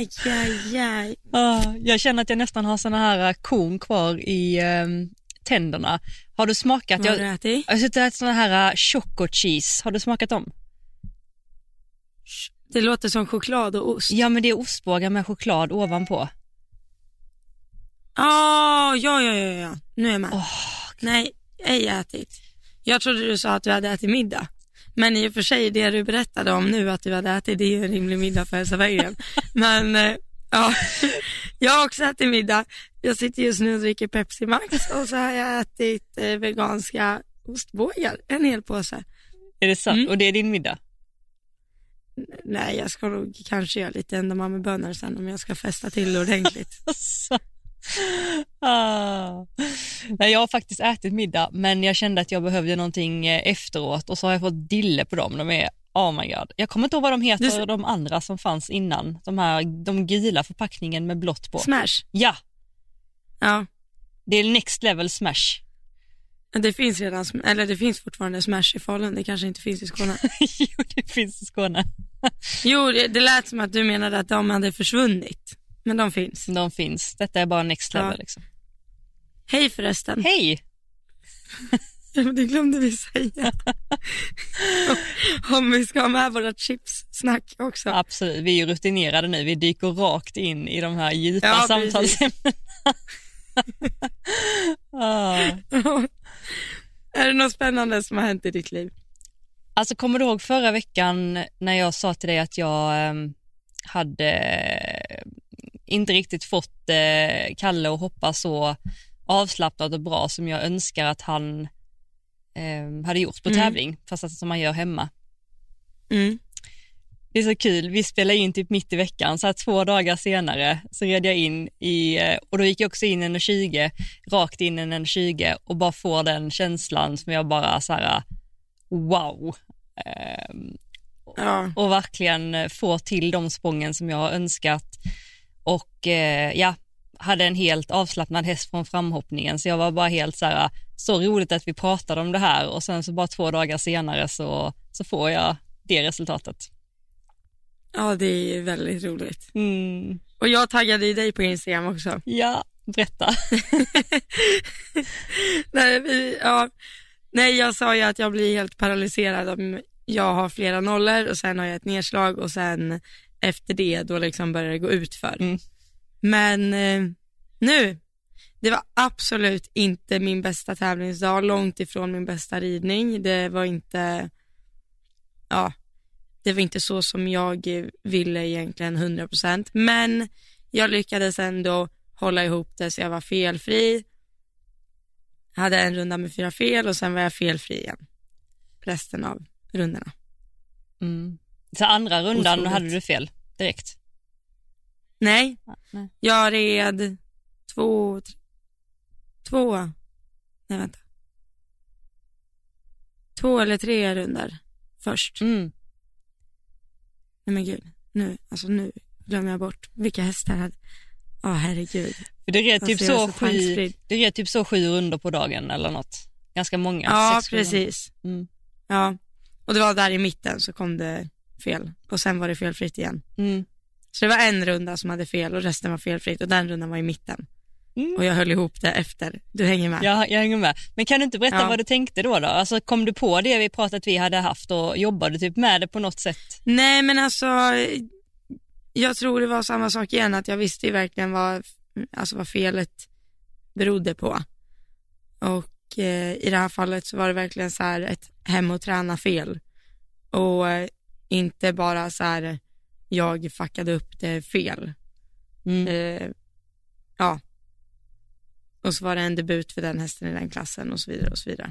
Aj. Jag känner att jag nästan har såna här korn kvar i tänderna. Har du smakat? Vad har du ätit? Jag har suttit och ätit såna här choco cheese. Har du smakat dem? Det låter som choklad och ost. Ja, men det är ostbågar med choklad ovanpå. Ja. Nu är jag med. Nej, ej ätit. Jag trodde du sa att du hade ätit middag. Men i och för sig, det du berättade om nu att du hade ätit, det är ju en rimlig middag för hälsa vägen. Men ja, jag har också ätit middag. Jag sitter just nu och dricker Pepsi Max och så har jag ätit veganska ostbågar, en hel påse. Är det sant? Och det är din middag? Nej, jag ska nog kanske göra lite ändamamebönor sen om jag ska festa till ordentligt. Nej, jag har faktiskt ätit middag, men jag kände att jag behövde någonting efteråt och så har jag fått dille på dem. De är, oh my god. Jag kommer inte ihåg vad de heter, de andra som fanns innan. De gula förpackningen med blått på. Smash? Ja. Det är next level smash. Det finns redan, eller det finns fortfarande Smash i Falun, det kanske inte finns i Skåne. Jo, det finns i Skåne. Jo, det lät som att du menade att de hade försvunnit. Men de finns. De finns. Detta är bara next level liksom. Hej förresten. Hej. Det glömde vi säga. Om vi ska ha med våra chipssnack också. Absolut, vi är rutinerade nu. Vi dyker rakt in i de här djupa samtalsämnena. Är det något spännande som har hänt i ditt liv? Alltså, kommer du ihåg förra veckan när jag sa till dig att jag hade inte riktigt fått Kalle att hoppa så avslappnat och bra som jag önskar att han hade gjort på tävling, fast som man gör hemma. Det är så kul, vi spelar in typ mitt i veckan, så här 2 dagar senare så red jag in och då gick jag också in 1:20, rakt in 1:20 och bara får den känslan som jag bara så här wow. Och verkligen få till de sprången som jag har önskat och hade en helt avslappnad häst från framhoppningen, så jag var bara helt så här, så roligt att vi pratade om det här och sen så bara 2 dagar senare så får jag det resultatet. Ja, det är väldigt roligt. Och jag taggade i dig på Instagram också. Ja, berätta. Nej, jag sa ju att jag blir helt paralyserad om jag har flera nollor och sen har jag ett nedslag och sen efter det då liksom börjar det gå ut för. Men nu, det var absolut inte min bästa tävlingsdag, långt ifrån min bästa ridning. Det var inte så som jag ville egentligen 100%, men jag lyckades ändå hålla ihop det så jag var felfri. Hade en runda med 4 fel och sen var jag felfri igen resten av rundorna. Så andra rundan hade du fel direkt? Nej. Jag red 2 eller 3 rundor först. Nej men gud, nu glömmer jag bort vilka hästar hade. Herregud. För det red typ så 7 runder på dagen eller något. Ganska många. Ja, precis. Ja, och det var där i mitten så kom det fel. Och sen var det felfritt igen. Så det var en runda som hade fel och resten var felfritt. Och den rundan var i mitten. Och jag höll ihop det efter. Du hänger med? Ja, jag hänger med. Men kan du inte berätta vad du tänkte då? Alltså, kom du på det vi pratat vi hade haft och jobbade typ med det på något sätt? Nej, men alltså jag tror det var samma sak igen. Att jag visste ju verkligen vad felet berodde på. Och i det här fallet så var det verkligen så här ett hem och träna fel. Och inte bara så här jag fuckade upp det fel. Och så var det en debut för den hästen i den klassen och så vidare och så vidare.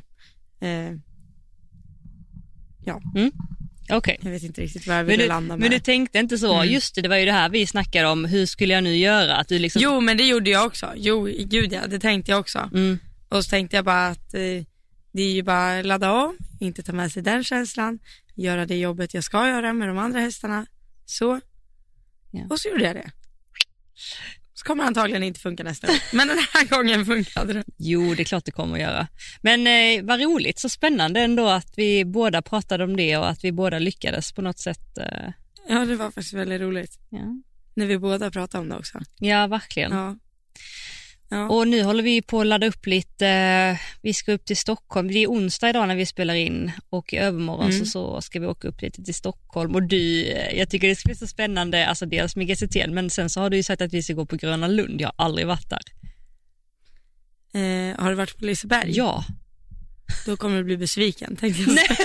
Okay. Jag vet inte riktigt vad jag ville landa med. Men du tänkte inte så, just det var ju det här vi snackade om, hur skulle jag nu göra? Att du liksom... Jo, men det gjorde jag också. Jo, gud ja, det tänkte jag också. Och så tänkte jag bara att det är ju bara ladda av, inte ta med sig den känslan, göra det jobbet jag ska göra med de andra hästarna. Så. Ja. Och så gjorde jag det. Så kommer antagligen inte funka nästa gång. Men den här gången funkade det. Jo, det är klart det kommer att göra. Men vad roligt, så spännande ändå att vi båda pratade om det och att vi båda lyckades på något sätt. Ja, det var faktiskt väldigt roligt. Ja. När vi båda pratar om det också. Ja, verkligen. Ja. Ja. Och nu håller vi på att ladda upp lite, vi ska upp till Stockholm. Det är onsdag idag när vi spelar in och i övermorgon så ska vi åka upp lite till Stockholm. Och jag tycker det ska bli så spännande, alltså dels med GCT, men sen så har du ju sagt att vi ska gå på Gröna Lund. Jag har aldrig varit där. Har du varit på Liseberg? Ja. Då kommer du bli besviken, tänkte jag. Nej.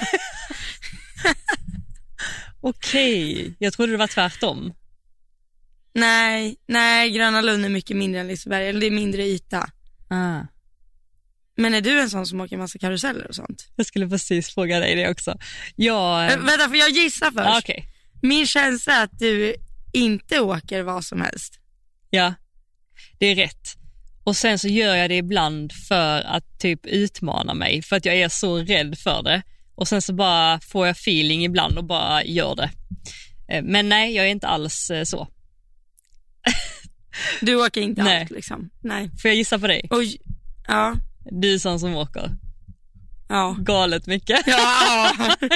Okej, jag trodde det var tvärtom. Nej, Gröna Lund är mycket mindre än Liseberg, eller det är mindre yta. Men är du en sån som åker massa karuseller och sånt? Jag skulle precis fråga dig det också. Vänta, för jag gissar först. Okay. Min känsla är att du inte åker vad som helst. Ja, det är rätt. Och sen så gör jag det ibland för att typ utmana mig, för att jag är så rädd för det. Och sen så bara får jag feeling ibland och bara gör det. Men nej, jag är inte alls så. Du åker inte allt liksom. Nej. Får jag gissa på dig? Oj. Ja. Du är sån som åker. Ja. Galet mycket. Ja.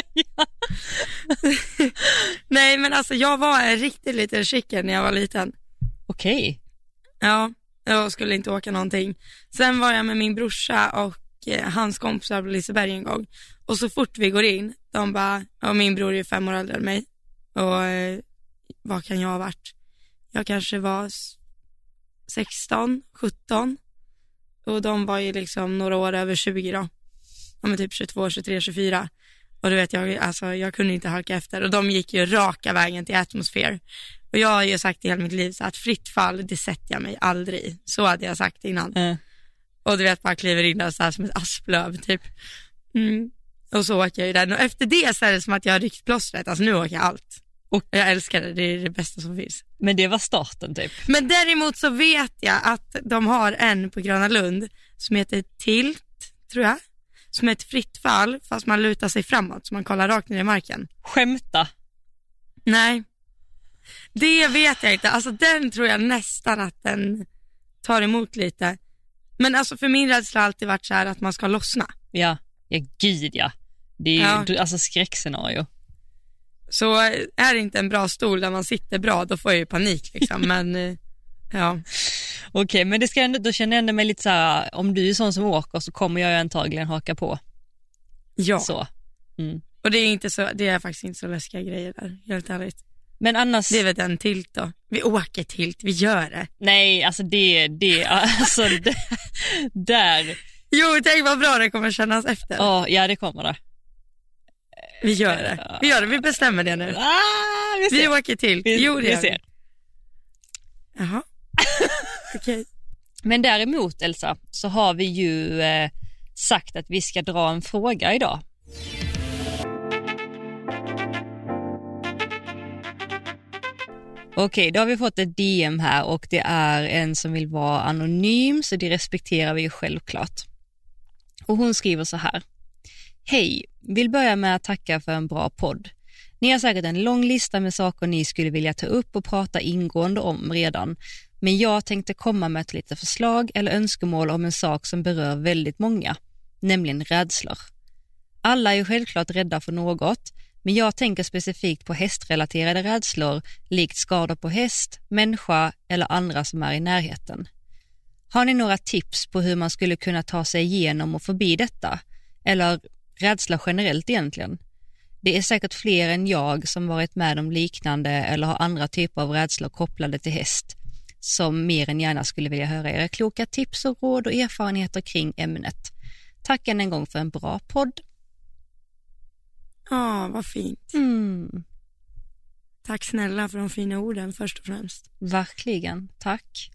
Nej, men alltså jag var en riktigt liten chicken när jag var liten. Okej. Ja, jag skulle inte åka någonting. Sen var jag med min brorsa och hans kompisar på Liseberg en gång. Och så fort vi går in, de bara, och min bror är 5 år äldre än mig. Och vad kan jag ha varit? Jag kanske var 16, 17. Och de var ju liksom några år över 20 då. De är typ 22, 23, 24. Och du vet, jag kunde inte halka efter. Och de gick ju raka vägen till Atmosphere. Och jag har ju sagt i hela mitt liv så att fritt fall, det sätter jag mig aldrig i. Så hade jag sagt innan. Och du vet, bara kliver in där så här som ett asplöv typ. Och så åker jag ju den. Och efter det så är det som att jag har ryckt plåstret. Alltså nu åker jag allt. Och jag älskar det, det är det bästa som finns. Men det var starten typ. Men däremot så vet jag att de har en på Gröna Lund som heter Tilt, tror jag. Som är ett fritt fall fast man lutar sig framåt så man kollar rakt ner i marken. Skämta. Nej. Det vet jag inte. Alltså den tror jag nästan att den tar emot lite. Men alltså för min rädsla har alltid varit så här att man ska lossna. Ja gud ja. Det är ju alltså skräckscenario. Så är det inte en bra stol där man sitter bra, då får jag ju panik liksom. Men ja. Okej, men det ska ändå, då känner jag ändå mig lite så här, om du är sån som åker så kommer jag ju antagligen haka på. Ja. Så. Och det är faktiskt inte så läskiga grejer där, helt ärligt. Men annars... Det är väl en Tilt då. Vi åker Tilt, vi gör det. Nej, alltså alltså där. Jo, tänk vad bra det kommer kännas efter. Ja, det kommer det. Vi gör det, vi bestämmer det nu. Vi åker Tilt. Vi ser. Jaha. Okej. Men däremot, Elsa, så har vi ju sagt att vi ska dra en fråga idag. Okej, då har vi fått ett DM här och det är en som vill vara anonym, så det respekterar vi ju självklart. Och hon skriver så här. Hej, vill börja med att tacka för en bra podd. Ni har säkert en lång lista med saker ni skulle vilja ta upp och prata ingående om redan. Men jag tänkte komma med ett litet förslag eller önskemål om en sak som berör väldigt många, nämligen rädslor. Alla är ju självklart rädda för något, men jag tänker specifikt på hästrelaterade rädslor, likt skador på häst, människa eller andra som är i närheten. Har ni några tips på hur man skulle kunna ta sig igenom och förbi detta? Eller rädsla generellt egentligen? Det är säkert fler än jag som varit med om liknande eller har andra typer av rädslor kopplade till häst, som mer än gärna skulle vilja höra era kloka tips och råd och erfarenheter kring ämnet. Tack än en gång för en bra podd. Ja, vad fint. Tack snälla för de fina orden först och främst. Verkligen, tack.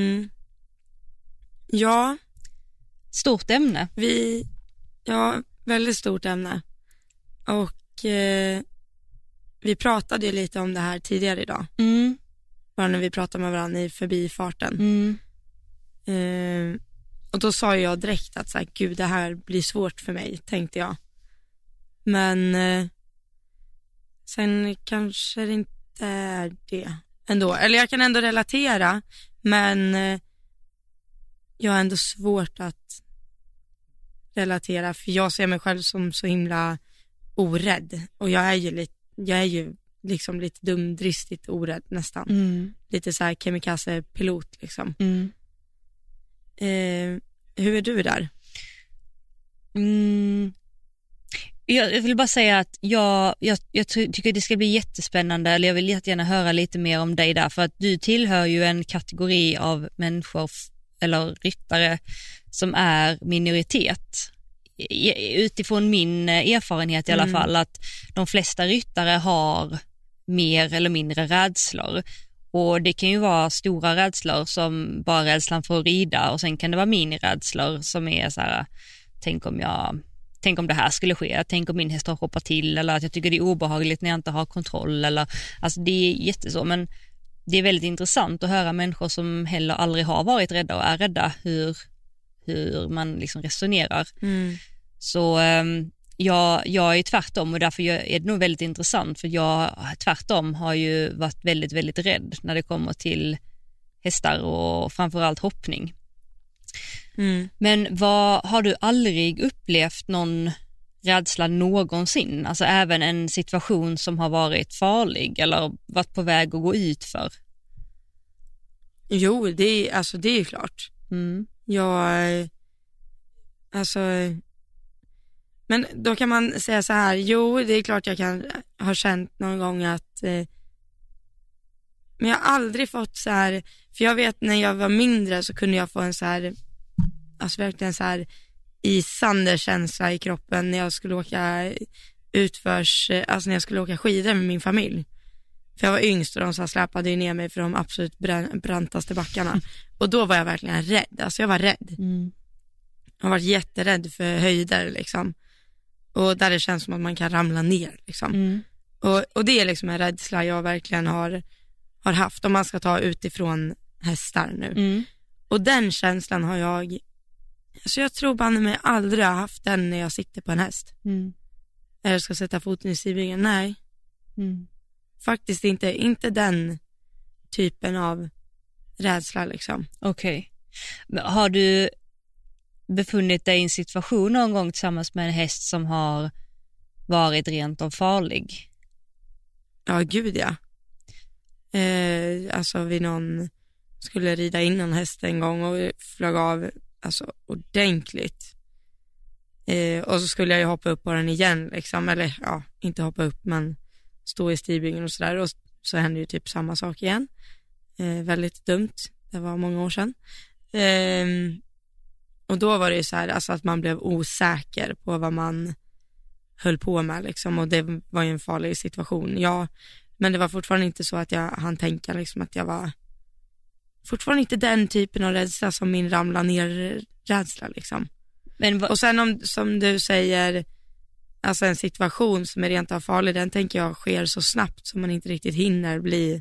Ja. Stort ämne. Ja, väldigt stort ämne. Och vi pratade ju lite om det här tidigare idag. Bara när vi pratade med varandra i förbifarten. Och då sa jag direkt att så här, gud, det här blir svårt för mig, tänkte jag. Men sen kanske det inte är det ändå. Eller jag kan ändå relatera, men jag har ändå svårt att relatera, för jag ser mig själv som så himla orädd. Och jag är ju liksom lite dumdristigt orädd nästan. Lite så här kamikaze-pilot liksom. Hur är du där? Jag vill bara säga att jag tycker det ska bli jättespännande, eller jag vill jättegärna höra lite mer om dig där, för att du tillhör ju en kategori av människor eller ryttare som är minoritet. Utifrån min erfarenhet i alla fall, att de flesta ryttare har mer eller mindre rädslor, och det kan ju vara stora rädslor som bara rädslan för att rida, och sen kan det vara minirädslor som är så här: tänk om det här skulle ske, tänk om min häst har hoppat till, eller att jag tycker det är obehagligt när jag inte har kontroll, eller alltså det är jätteså. Men det är väldigt intressant att höra människor som heller aldrig har varit rädda och är rädda, hur man liksom resonerar. Så jag är tvärtom, och därför är det nog väldigt intressant, för jag tvärtom har ju varit väldigt, väldigt rädd när det kommer till hästar och framförallt hoppning. Men har du aldrig upplevt någon rädsla någonsin? Alltså även en situation som har varit farlig eller varit på väg att gå ut för? Jo, det är klart. Men då kan man säga så här: jo, det är klart jag kan ha känt någon gång att men jag har aldrig fått så här, för jag vet när jag var mindre så kunde jag få en så här, alltså verkligen så här isande känsla i kroppen när jag skulle åka när jag skulle åka skidor med min familj. För jag var yngst och de så släpade ju ner mig för de absolut brantaste backarna. Och då var jag verkligen rädd. Alltså jag var rädd. Jag har varit jätterädd för höjder liksom. Och där det känns som att man kan ramla ner liksom. Och det är liksom en rädsla jag verkligen har haft, om man ska ta utifrån hästar nu. Och den känslan har jag, alltså jag tror banne mig aldrig har haft den när jag sitter på en häst. Eller ska sätta foten i stigbygeln. Nej. Faktiskt inte den typen av rädsla liksom. Okej. Har du befunnit dig i en situation någon gång tillsammans med en häst som har varit rent av farlig? Ja, gud ja. Alltså vi skulle rida in en häst en gång och flög av alltså ordentligt. Och så skulle jag ju hoppa upp på den igen liksom, eller ja, inte hoppa upp men stå i stigbygeln och sådär, och så hände ju typ samma sak igen. Väldigt dumt, det var många år sedan. Och då var det ju så här, alltså att man blev osäker på vad man höll på med liksom, och det var ju en farlig situation. Ja, men det var fortfarande inte så att jag hann tänka liksom att jag var fortfarande inte den typen av rädsla som min ramla ner rädsla liksom. Och sen som du säger, alltså en situation som är rent av farlig, den tänker jag sker så snabbt som man inte riktigt hinner bli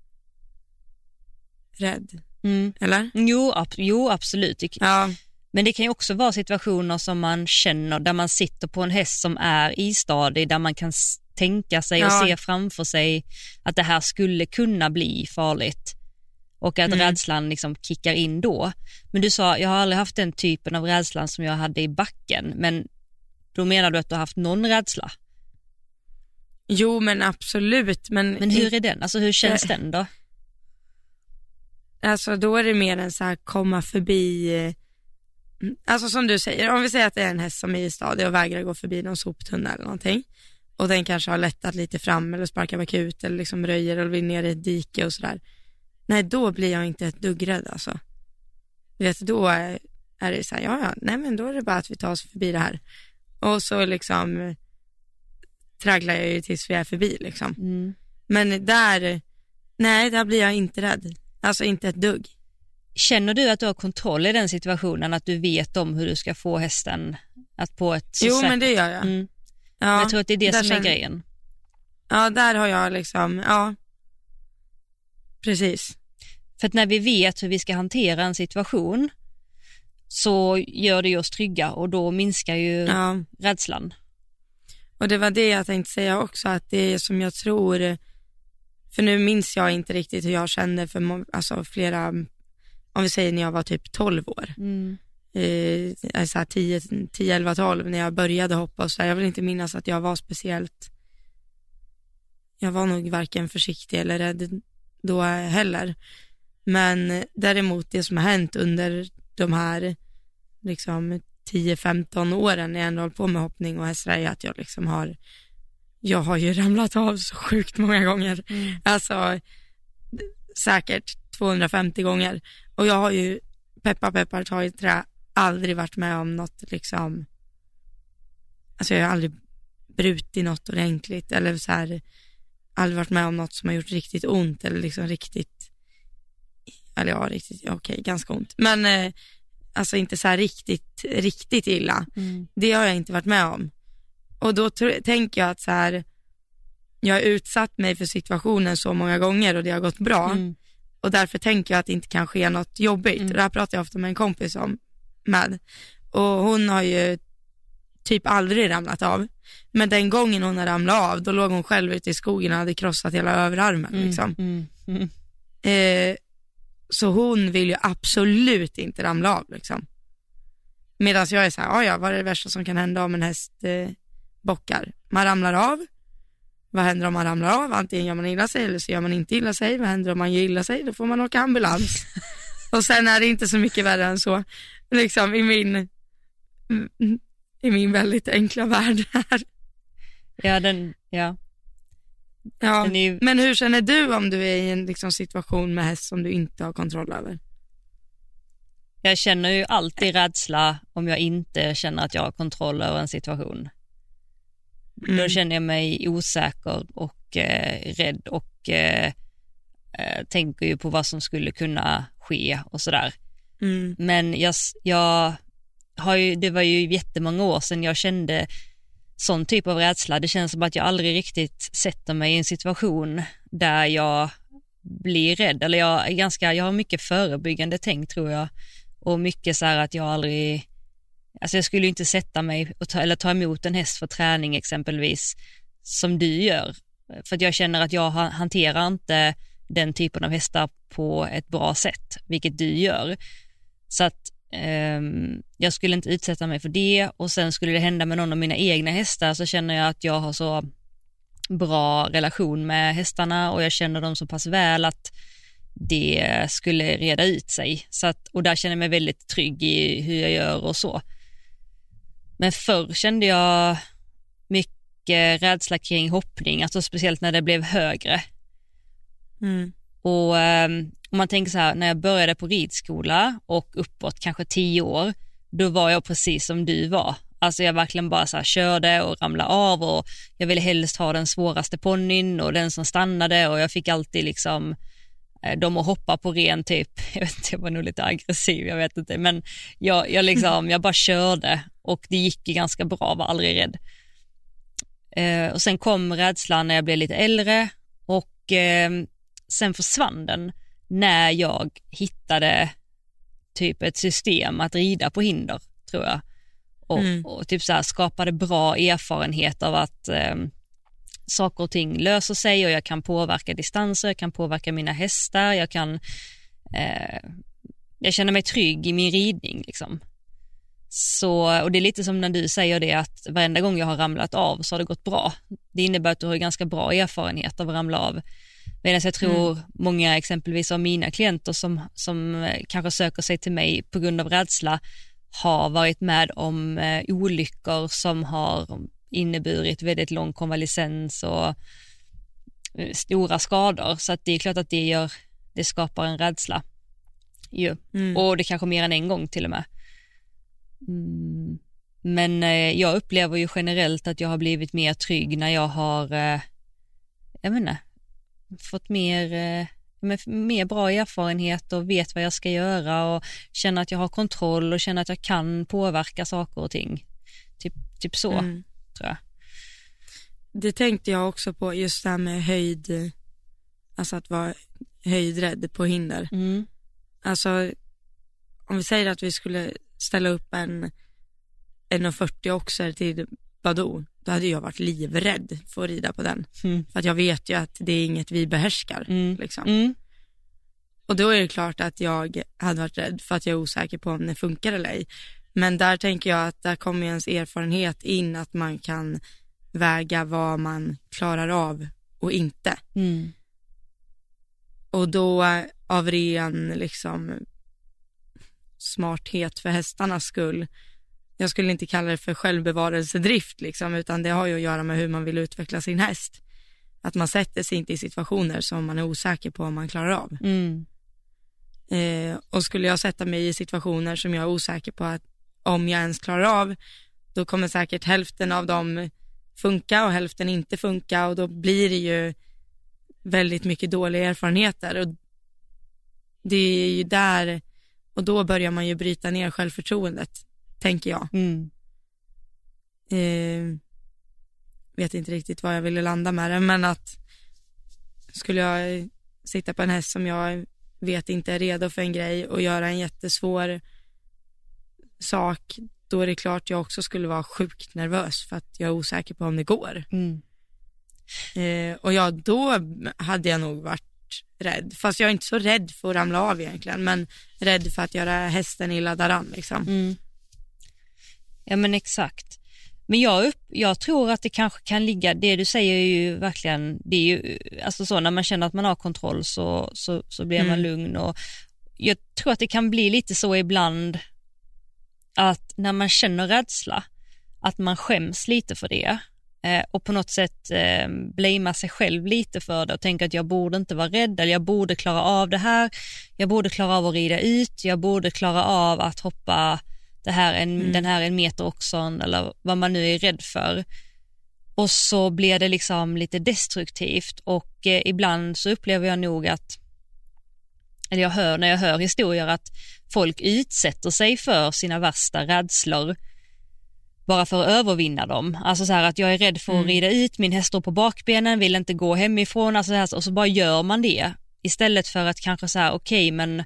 rädd. Eller? Jo, absolut. Ja. Men det kan ju också vara situationer som man känner där man sitter på en häst som är istadig, där man kan tänka sig och se framför sig att det här skulle kunna bli farligt, och att rädslan liksom kickar in då. Men du sa, jag har aldrig haft den typen av rädslan som jag hade i backen, men då menar du att du har haft någon rädsla? Jo, men absolut. Men hur är den? Alltså hur känns den då? Alltså då är det mer en så här komma förbi, alltså som du säger, om vi säger att det är en häst som är i stadig och vägrar gå förbi någon soptunna eller någonting, och den kanske har lättat lite fram eller sparkar bakut eller liksom röjer eller vill ner i ett dike och sådär. Nej, då blir jag inte ett dugg rädd alltså. Vet, då är det så här, nej men då är det bara att vi tar oss förbi det här. Och så liksom tragglar jag ju tills vi är förbi liksom. Men där blir jag inte rädd. Alltså inte ett dugg. Känner du att du har kontroll i den situationen, att du vet om hur du ska få hästen att på ett Jo, men det gör jag. Ja, jag tror att det är det som är grejen. Ja, där har jag liksom, precis. För att när vi vet hur vi ska hantera en situation så gör det oss trygga, och då minskar ju rädslan. Och det var det jag tänkte säga också, att det är som jag tror, för nu minns jag inte riktigt hur jag kände för alltså flera, om vi säger när jag var typ 12 år. Alltså 10, 11, 12 när jag började hoppa och så där. Jag vill inte minnas att jag var speciellt jag var nog varken försiktig eller rädd då heller. Men däremot det som har hänt under de här liksom 10-15 åren när jag ändå håller på med hoppning och hästar är att jag liksom jag har ju ramlat av så sjukt många gånger. Alltså säkert 250 gånger. Och jag har ju peppar tagit trä, aldrig varit med om något liksom, alltså jag har aldrig brutit något ordentligt eller så här, aldrig varit med om något som har gjort riktigt ont eller liksom riktigt, eller ja, riktigt, okej, ganska ont. Men alltså inte så här riktigt illa. Det har jag inte varit med om. Och då tänker jag att så här, jag har utsatt mig för situationen så många gånger och det har gått bra. Och därför tänker jag att det inte kan ske något jobbigt. Och det här pratar jag ofta med en kompis med. Och hon har ju typ aldrig ramlat av. Men den gången hon har ramlat av, då låg hon själv ute i skogen och hade krossat hela överarmen. Liksom. Så hon vill ju absolut inte ramla av. Liksom. Medan jag är så här, ja, vad är det värsta som kan hända om en häst bockar? Man ramlar av. Vad händer om man ramlar av? Antingen gör man illa sig eller så gör man inte illa sig. Vad händer om man gör illa sig? Då får man åka ambulans. Och sen är det inte så mycket värre än så. Liksom i min väldigt enkla värld här. Ja. Men hur känner du om du är i en liksom, situation med häst som du inte har kontroll över? Jag känner ju alltid rädsla om jag inte känner att jag har kontroll över en situation. Då känner jag mig osäker och rädd och tänker ju på vad som skulle kunna ske och sådär. Men jag har ju, det var ju jättemånga år sedan jag kände sån typ av rädsla. Det känns som att jag aldrig riktigt sätter mig i en situation där jag blir rädd. Eller jag har mycket förebyggande tänk, tror jag. Och mycket så här att jag aldrig... Alltså jag skulle inte sätta mig och ta emot en häst för träning exempelvis som du gör. För att jag känner att jag hanterar inte den typen av hästar på ett bra sätt, vilket du gör. Så att jag skulle inte utsätta mig för det, och sen skulle det hända med någon av mina egna hästar så känner jag att jag har så bra relation med hästarna och jag känner dem så pass väl att det skulle reda ut sig. Så att, och där känner jag mig väldigt trygg i hur jag gör och så. Men förr kände jag mycket rädsla kring hoppning, alltså speciellt när det blev högre. Och om man tänker så här, när jag började på ridskola och uppåt kanske 10 år, då var jag precis som du var. Alltså jag verkligen bara så här körde och ramlade av och jag ville helst ha den svåraste ponnyn och den som stannade, och jag fick alltid liksom de att hoppa på ren typ. Jag vet inte, jag var nog lite aggressiv, jag vet inte, men jag bara körde och det gick ju ganska bra, var aldrig rädd. Och sen kom rädslan när jag blev lite äldre och sen försvann den när jag hittade typ ett system att rida på hinder, tror jag. Och typ så här skapade bra erfarenhet av att saker och ting löser sig och jag kan påverka distanser, jag kan påverka mina hästar, jag känner mig trygg i min ridning liksom. Så, och det är lite som när du säger det, att varenda gång jag har ramlat av så har det gått bra. Det innebär att du har ganska bra erfarenhet av att ramla av. Medan jag tror många exempelvis av mina klienter som kanske söker sig till mig på grund av rädsla har varit med om olyckor som har inneburit väldigt lång konvalescens och stora skador. Så att det är klart att det skapar en rädsla. Och det kanske mer än en gång till och med. Men jag upplever ju generellt att jag har blivit mer trygg när jag har fått mer bra erfarenhet och vet vad jag ska göra och känner att jag har kontroll och känner att jag kan påverka saker och ting. Typ så, tror jag. Det tänkte jag också på, just det här med höjd, alltså att vara höjdrädd på hinder. Alltså om vi säger att vi skulle ställa upp en 1,40 oxer till Badoo, då hade jag varit livrädd för att rida på den. För att jag vet ju att det är inget vi behärskar. Liksom. Och då är det klart att jag hade varit rädd för att jag är osäker på om det funkar eller ej. Men där tänker jag att där kommer ens erfarenhet in, att man kan väga vad man klarar av och inte. Och då av ren liksom smarthet för hästarnas skull, jag skulle inte kalla det för självbevarelsedrift liksom, utan det har ju att göra med hur man vill utveckla sin häst. Att man sätter sig inte i situationer som man är osäker på om man klarar av. Och skulle jag sätta mig i situationer som jag är osäker på att om jag ens klarar av, då kommer säkert hälften av dem funka och hälften inte funka, och då blir det ju väldigt mycket dåliga erfarenheter, och det är ju där, och då börjar man ju bryta ner självförtroendet, tänker jag. Vet inte riktigt vad jag ville landa med det, men att skulle jag sitta på en häst som jag vet inte är redo för en grej och göra en jättesvår sak, då är det klart jag också skulle vara sjukt nervös för att jag är osäker på om det går. Och ja, då hade jag nog varit rädd, fast jag är inte så rädd för att ramla av egentligen, men rädd för att göra hästen illa däran liksom. Ja men exakt. Men jag tror att det kanske kan ligga, det du säger är ju verkligen, det är ju alltså så, när man känner att man har kontroll så blir man lugn, och jag tror att det kan bli lite så ibland att när man känner rädsla, att man skäms lite för det och på något sätt blamar sig själv lite för det och tänker att jag borde inte vara rädd, eller jag borde klara av det här, jag borde klara av att rida ut, jag borde klara av att hoppa den här 1 meter också, eller vad man nu är rädd för. Och så blir det liksom lite destruktivt, och ibland så upplever jag nog att, eller när jag hör historier, att folk utsätter sig för sina värsta rädslor bara för att övervinna dem. Alltså så här att jag är rädd för att rida ut, min häst står på bakbenen, vill inte gå hemifrån, alltså så här, och så bara gör man det istället för att kanske så här, okej, men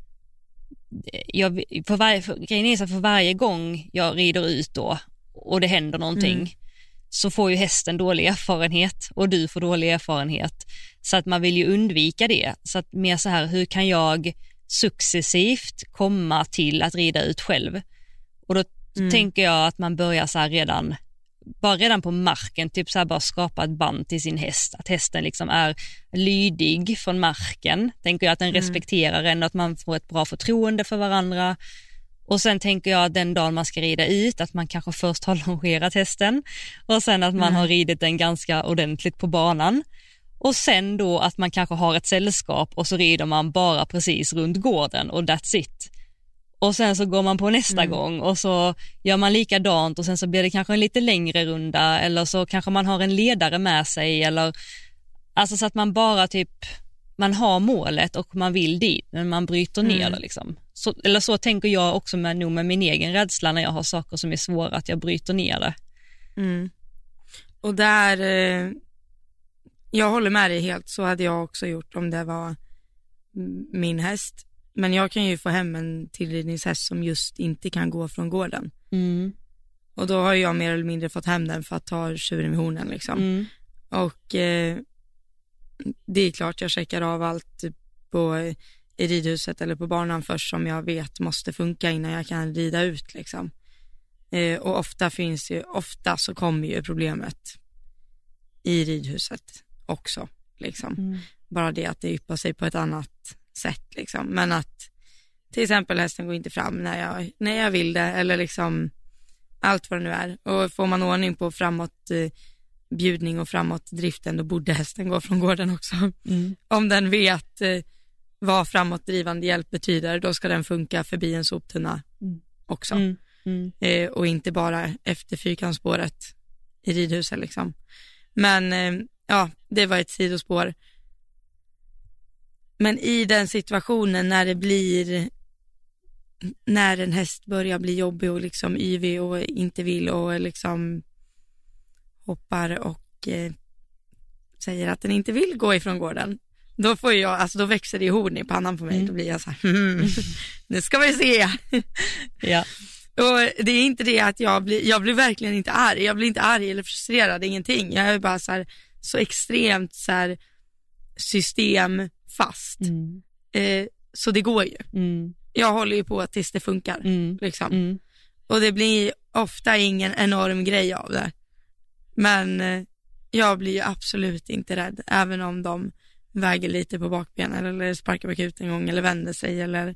grejen är så att för varje gång jag rider ut då och det händer någonting så får ju hästen dålig erfarenhet och du får dålig erfarenhet, så att man vill ju undvika det. Så att mer så här, hur kan jag successivt komma till att rida ut själv? Och då tänker jag att man börjar så här redan på marken, typ så här, bara skapa ett band till sin häst, att hästen liksom är lydig från marken, tänker jag, att den respekterar en och att man får ett bra förtroende för varandra. Och sen tänker jag att den dagen man ska rida ut, att man kanske först har longerat hästen och sen att man har ridit den ganska ordentligt på banan, och sen då att man kanske har ett sällskap och så rider man bara precis runt gården och that's it. Och sen så går man på nästa gång och så gör man likadant, och sen så blir det kanske en lite längre runda, eller så kanske man har en ledare med sig, eller alltså så att man bara typ, man har målet och man vill dit, men man bryter ner det liksom. Så, eller så tänker jag också med min egen rädsla när jag har saker som är svåra, att jag bryter ner det. Och där jag håller med dig helt, så hade jag också gjort om det var min häst. Men jag kan ju få hem en tillridningshäst som just inte kan gå från gården. Och då har jag mer eller mindre fått hem den för att ta tjuren vid hornen liksom. Och det är klart jag checkar av allt i ridhuset eller på banan först som jag vet måste funka innan jag kan rida ut liksom. Och ofta så kommer ju problemet i ridhuset också liksom. Bara det att det yppar sig på ett annat sätt liksom. Men att till exempel hästen går inte fram när jag vill det, eller liksom allt vad det nu är. Och får man ordning på framåt bjudning och framåt driften, då borde hästen gå från gården också. Om den vet vad framåtdrivande hjälp betyder, då ska den funka förbi en soptunna också. Och inte bara efter fyrkantsspåret i ridhuset liksom. Men ja, det var ett sidospår. Men i den situationen när en häst börjar bli jobbig och liksom yvig och inte vill och liksom hoppar och säger att den inte vill gå ifrån gården, då får jag, alltså då växer det i horn i pannan på mig. Då blir jag så här, nu ska vi se. Ja. Och det är inte det att jag blir verkligen inte arg. Jag blir inte arg eller frustrerad, ingenting. Jag är bara så extremt så här systemfast. Så det går ju. Jag håller ju på tills det funkar liksom. Och det blir ofta ingen enorm grej av det. Men jag blir ju absolut inte rädd, även om de väger lite på bakbenen eller sparkar bakut en gång eller vänder sig eller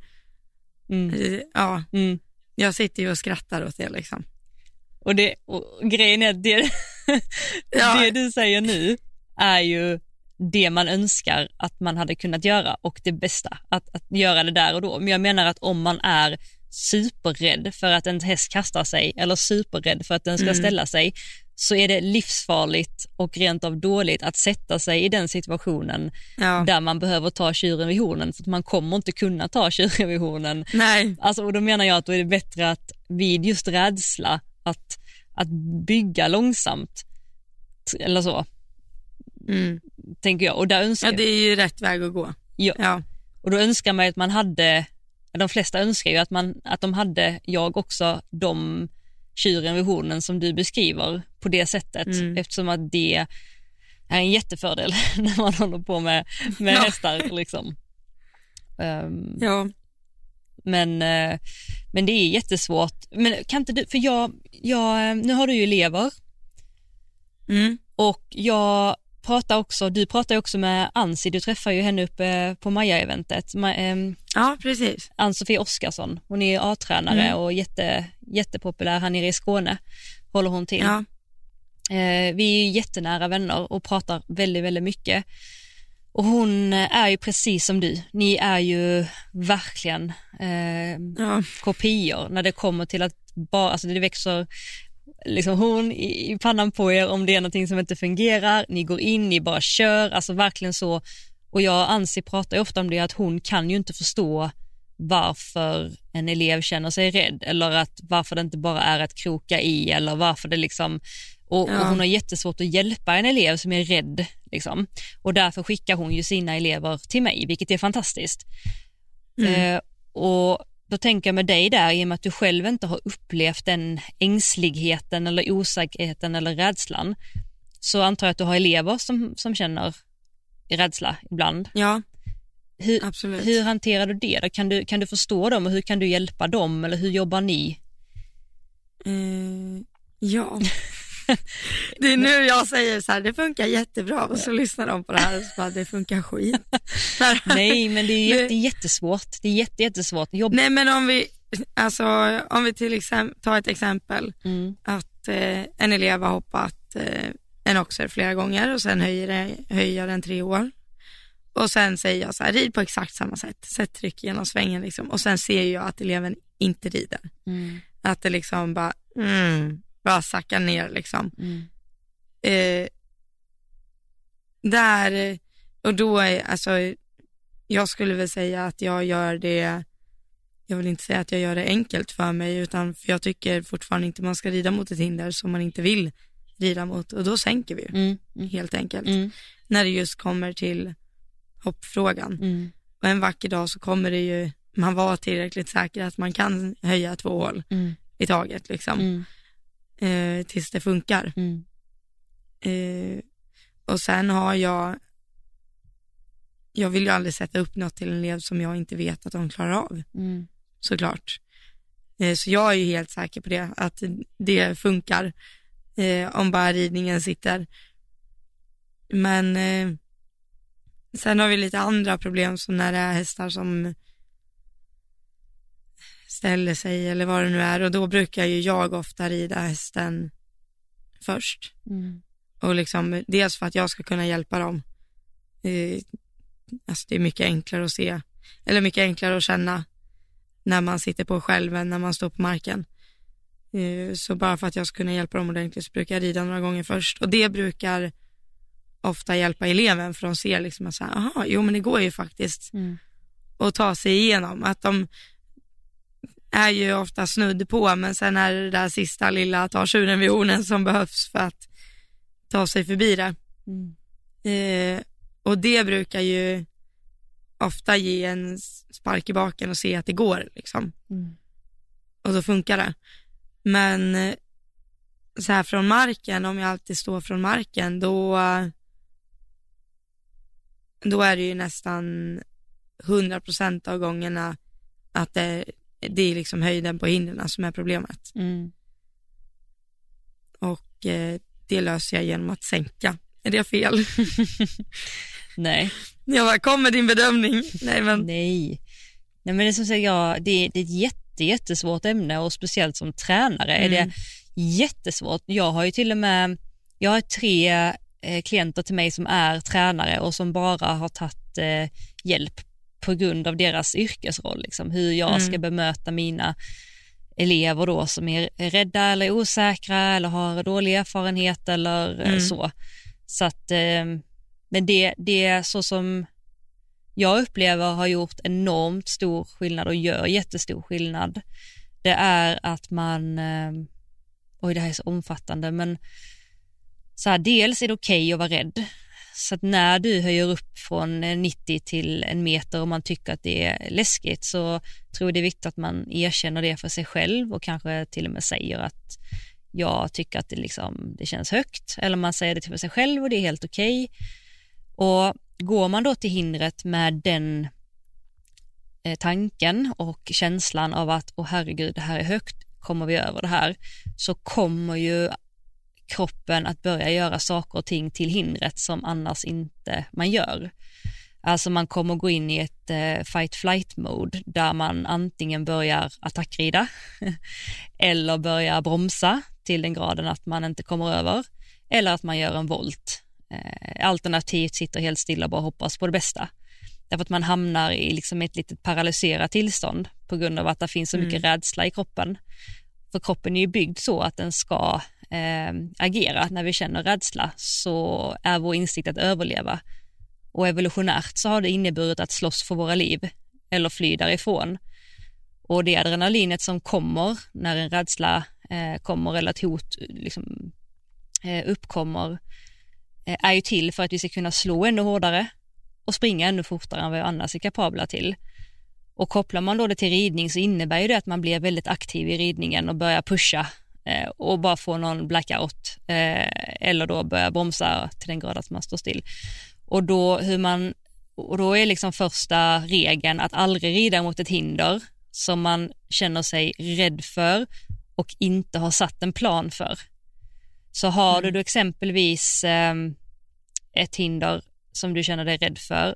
jag sitter ju och skrattar åt det liksom. Och grejen är att det du säger nu är ju det man önskar att man hade kunnat göra och det bästa, att göra det där och då. Men jag menar att om man är superrädd för att en häst kastar sig eller superrädd för att den ska ställa sig, så är det livsfarligt och rent av dåligt att sätta sig i den situationen där man behöver ta tjuren vid hornen, för att man kommer inte kunna ta tjuren vid hornen. Nej. Alltså, och då menar jag att då är det bättre att vid just rädsla att bygga långsamt eller så. Tänker jag. Och där önskar det är ju rätt väg att gå. Ja. Och då önskar man att man hade, de flesta önskar ju att de hade, jag också, de tjuren vid hornen som du beskriver på det sättet, eftersom att det är en jättefördel när man håller på med hästar liksom. Men det är jättesvårt. Men kan inte du, för jag nu har du ju elever och jag pratar också, du pratar ju också med Ansi, du träffar ju henne uppe på Maja-eventet. Ja, precis. Ann-Sofie Oskarsson, hon är A-tränare och jättepopulär här nere i Skåne, håller hon till. Ja. Vi är jättenära vänner och pratar väldigt, väldigt mycket. Och hon är ju precis som du. Ni är ju verkligen kopior när det kommer till att bara, alltså det växer liksom horn i pannan på er om det är någonting som inte fungerar. Ni går in, ni bara kör, alltså verkligen så. Och jag och Ansi pratar ju ofta om det, att hon kan ju inte förstå varför en elev känner sig rädd, eller att varför det inte bara är att kroka i, eller varför det liksom, och hon har jättesvårt att hjälpa en elev som är rädd liksom. Och därför skickar hon ju sina elever till mig, vilket är fantastiskt. Och då tänker jag med dig där, i och med att du själv inte har upplevt den ängsligheten eller osäkerheten eller rädslan, så antar jag att du har elever som känner rädsla ibland. Ja, absolut. Hur hanterar du det då? Kan du förstå dem och hur kan du hjälpa dem, eller hur jobbar ni? Ja. Det är nu jag säger så här, det funkar jättebra, och så lyssnar de på det här och så bara, det funkar skit. Nej, men det är jättesvårt. Det är jättesvårt. Nej, men om vi till exempel tar ett exempel, att en elev har hoppat en oxer flera gånger och sen höjer den 3 år. Och sen säger jag så här, rid på exakt samma sätt, sätt tryck genom svängen liksom. Och sen ser jag att eleven inte rider. Att det liksom bara sackar ner liksom. Där, och då är, alltså, jag skulle väl säga att jag gör det, jag vill inte säga att jag gör det enkelt för mig, utan för jag tycker fortfarande inte man ska rida mot ett hinder som man inte vill rida mot, och då sänker vi ju helt enkelt. När det just kommer till hoppfrågan. Och en vacker dag så kommer det ju, man var tillräckligt säker att man kan höja 2 hål i taget liksom. Tills det funkar. Och sen har jag vill ju aldrig sätta upp något till en elev som jag inte vet att de klarar av. Såklart. Så jag är ju helt säker på det, att det funkar om bara ridningen sitter. Men sen har vi lite andra problem, som när det är hästar som ställer sig eller vad det nu är, och då brukar ju jag ofta rida hästen först. Och liksom, dels för att jag ska kunna hjälpa dem. Alltså det är mycket enklare att se, eller mycket enklare att känna när man sitter på själv än när man står på marken. Så bara för att jag ska kunna hjälpa dem ordentligt så brukar jag rida några gånger först, och det brukar ofta hjälpa eleven, för de ser liksom att så här, aha, jo men det går ju faktiskt att ta sig igenom, att de är ju ofta snudd på, men sen är det där sista lilla ta tjuren vid hornen som behövs för att ta sig förbi det. Och det brukar ju ofta ge en spark i baken och se att det går liksom. Och då funkar det. Men så här från marken, om jag alltid står från marken, då är det ju nästan 100% av gångerna att det är liksom höjden på hindren som är problemet. Och det löser jag genom att sänka. Är det fel? Nej. Jag bara, kom med din bedömning. Nej, men det är som säger det är ett jättesvårt ämne, och speciellt som tränare är det jättesvårt. Jag har ju till och med 3 klienter till mig som är tränare och som bara har tagit hjälp på grund av deras yrkesroll, liksom, hur jag ska bemöta mina elever då som är rädda eller osäkra eller har dålig erfarenhet eller så att men det är så som jag upplever har gjort enormt stor skillnad och gör jättestor skillnad. Det är att man det här är så omfattande, men så här, dels är det okej att vara rädd. Så att när du höjer upp från 90 till 1 meter och man tycker att det är läskigt, så tror jag det är viktigt att man erkänner det för sig själv och kanske till och med säger att jag tycker att det känns högt, eller man säger det till sig själv och det är helt okej. Och går man då till hindret med den tanken och känslan av att herregud, det här är högt, kommer vi över det här, så kommer ju kroppen att börja göra saker och ting till hindret som annars inte man gör. Alltså man kommer gå in i ett fight-flight mode där man antingen börjar attackrida eller börjar bromsa till den graden att man inte kommer över, eller att man gör en volt. Alternativt sitter helt stilla och bara hoppas på det bästa. Därför att man hamnar i liksom ett litet paralyserat tillstånd på grund av att det finns så mycket rädsla i kroppen. För kroppen är ju byggd så att den ska agera. När vi känner rädsla så är vår instinkt att överleva. Och evolutionärt så har det inneburit att slåss för våra liv eller fly därifrån. Och det adrenalinet som kommer när en rädsla kommer eller ett hot liksom, uppkommer är ju till för att vi ska kunna slå ännu hårdare och springa ännu fortare än vad vi annars är kapabla till. Och kopplar man då det till ridning så innebär ju det att man blir väldigt aktiv i ridningen och börjar pusha och bara få någon blackout eller då börja bromsa till den grad att man står still. Och då är liksom första regeln att aldrig rida mot ett hinder som man känner sig rädd för och inte har satt en plan för. Så har du exempelvis ett hinder som du känner dig rädd för,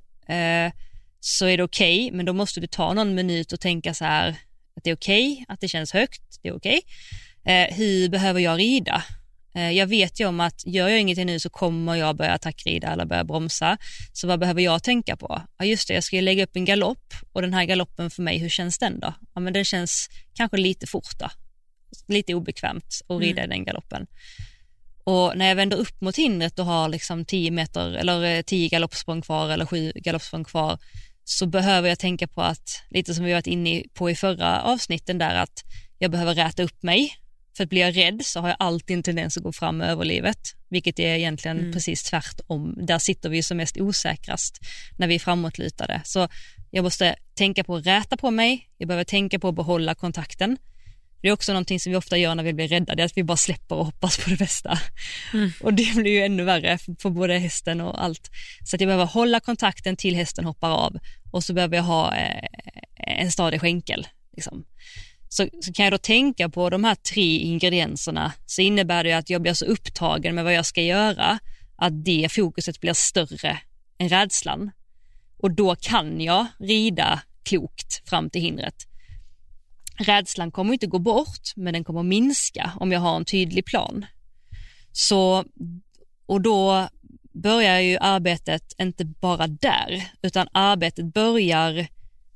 så är det okej, men då måste du ta någon minut och tänka så här att det är okej, att det känns högt, det är okej. Hur behöver jag rida? Jag vet ju om att gör jag ingenting nu så kommer jag börja attackrida eller börja bromsa. Så vad behöver jag tänka på? Ja just det, jag ska lägga upp en galopp, och den här galoppen för mig, hur känns den då? Ja men den känns kanske lite fort då. Lite obekvämt att rida i den galoppen. Och när jag vänder upp mot hindret och har liksom 10 meter eller 10 galoppsprång kvar eller 7 galoppsprång kvar, så behöver jag tänka på att, lite som vi varit inne på i förra avsnitten där, att jag behöver räta upp mig. För att blir jag rädd så har jag alltid en tendens att gå fram över livet, vilket är egentligen precis tvärtom. Där sitter vi som mest osäkrast när vi är framåtlutade. Så jag måste tänka på att räta på mig, jag behöver tänka på att behålla kontakten. Det är också någonting som vi ofta gör när vi blir rädda, det är att vi bara släpper och hoppas på det bästa. Och det blir ju ännu värre för både hästen och allt. Så att jag behöver hålla kontakten till hästen hoppar av, och så behöver jag ha en stadig skänkel. Liksom. Så kan jag då tänka på de här 3 ingredienserna, så innebär det att jag blir så upptagen med vad jag ska göra att det fokuset blir större än rädslan. Och då kan jag rida klokt fram till hindret. Rädslan kommer inte gå bort, men den kommer minska om jag har en tydlig plan. Så, och då börjar ju arbetet inte bara där, utan arbetet börjar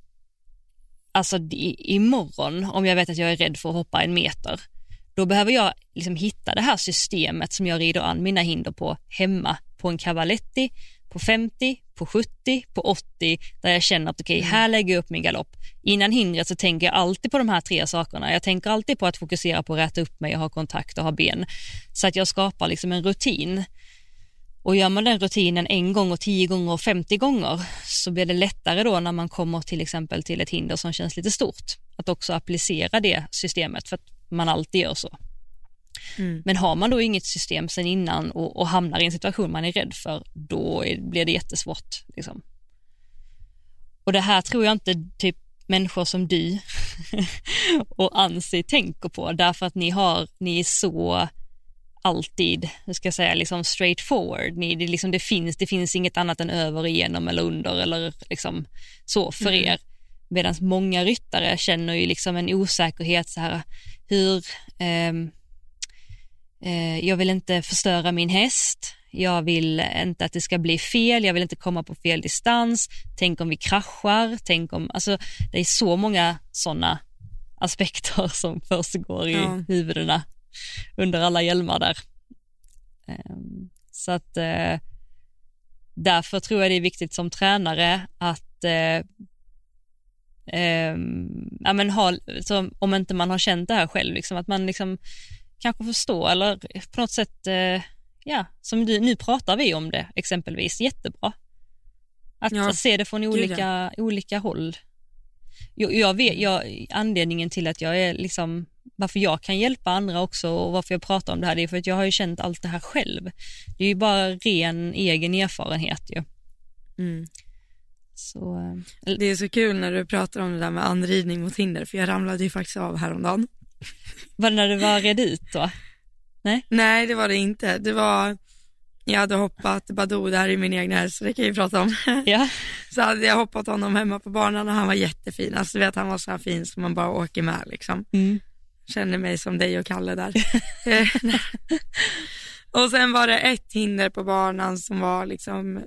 alltså imorgon. Om jag vet att jag är rädd för att hoppa 1 meter, då behöver jag liksom hitta det här systemet som jag rider an mina hinder på hemma, på en cavaletti, på 50, på 70, på 80, där jag känner att okej, här lägger jag upp min galopp. Innan hindret så tänker jag alltid på de här 3 sakerna. Jag tänker alltid på att fokusera på att räta upp mig och ha kontakt och ha ben. Så att jag skapar liksom en rutin. Och gör man den rutinen 1 gång och 10 gånger och 50 gånger, så blir det lättare då när man kommer till exempel till ett hinder som känns lite stort, att också applicera det systemet, för att man alltid gör så. Men har man då inget system sen innan och hamnar i en situation man är rädd för, då blir det jättesvårt liksom. Och det här tror jag inte typ människor som du och Ansi tänker på, därför att ni är så alltid, hur ska jag säga, liksom straightforward. Det finns inget annat än över, igenom eller under eller liksom så för er. Medan många ryttare känner ju liksom en osäkerhet så här, hur jag vill inte förstöra min häst, jag vill inte att det ska bli fel, jag vill inte komma på fel distans, tänk om vi kraschar, alltså det är så många sådana aspekter som försiggår i huvudena under alla hjälmar där. Så att därför tror jag det är viktigt som tränare att om inte man har känt det här själv, liksom, att man liksom kanske förstår eller på något sätt som nu pratar vi om det exempelvis, jättebra att se det från olika håll. Jag vet anledningen till att jag är liksom, varför jag kan hjälpa andra också och varför jag pratar om det här, det är för att jag har ju känt allt det här själv. Det är ju bara ren egen erfarenhet ju. Så, det är så kul när du pratar om det där med anridning mot hinder, för jag ramlade ju faktiskt av häromdagen. Var det när du var rädd ut då? Nej, det var det inte. Det var, jag hade hoppat Badoo där i min egna häst, så det kan jag ju prata om. Ja. Så hade jag hoppat honom hemma på banan och han var jättefin. Alltså du vet, han var så här fin som man bara åker med liksom. Känner mig som dig och Kalle där. Och sen var det ett hinder på banan som var liksom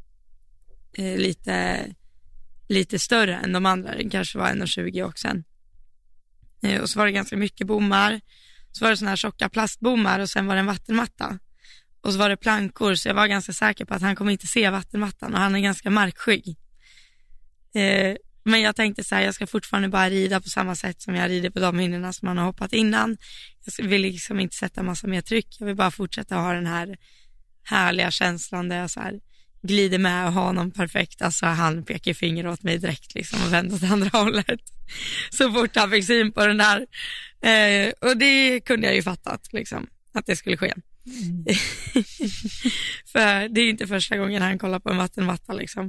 lite större än de andra. Det kanske var 1,20 också. Och så var det ganska mycket bommar. Så var det såna här tjocka plastbommar och sen var det en vattenmatta. Och så var det plankor, så jag var ganska säker på att han kommer inte se vattenmattan och han är ganska markskygg. Men jag tänkte så här, jag ska fortfarande bara rida på samma sätt som jag rider på de hinderna som man har hoppat innan. Jag vill liksom inte sätta massa mer tryck. Jag vill bara fortsätta ha den här härliga känslan där jag så här glider med och har honom perfekt. Alltså han pekar finger åt mig direkt liksom och vänder åt andra hållet. Så fort han fick syn på den där. Och det kunde jag ju fattat liksom, att det skulle ske. För det är inte första gången han kollar på en vattenmatta liksom.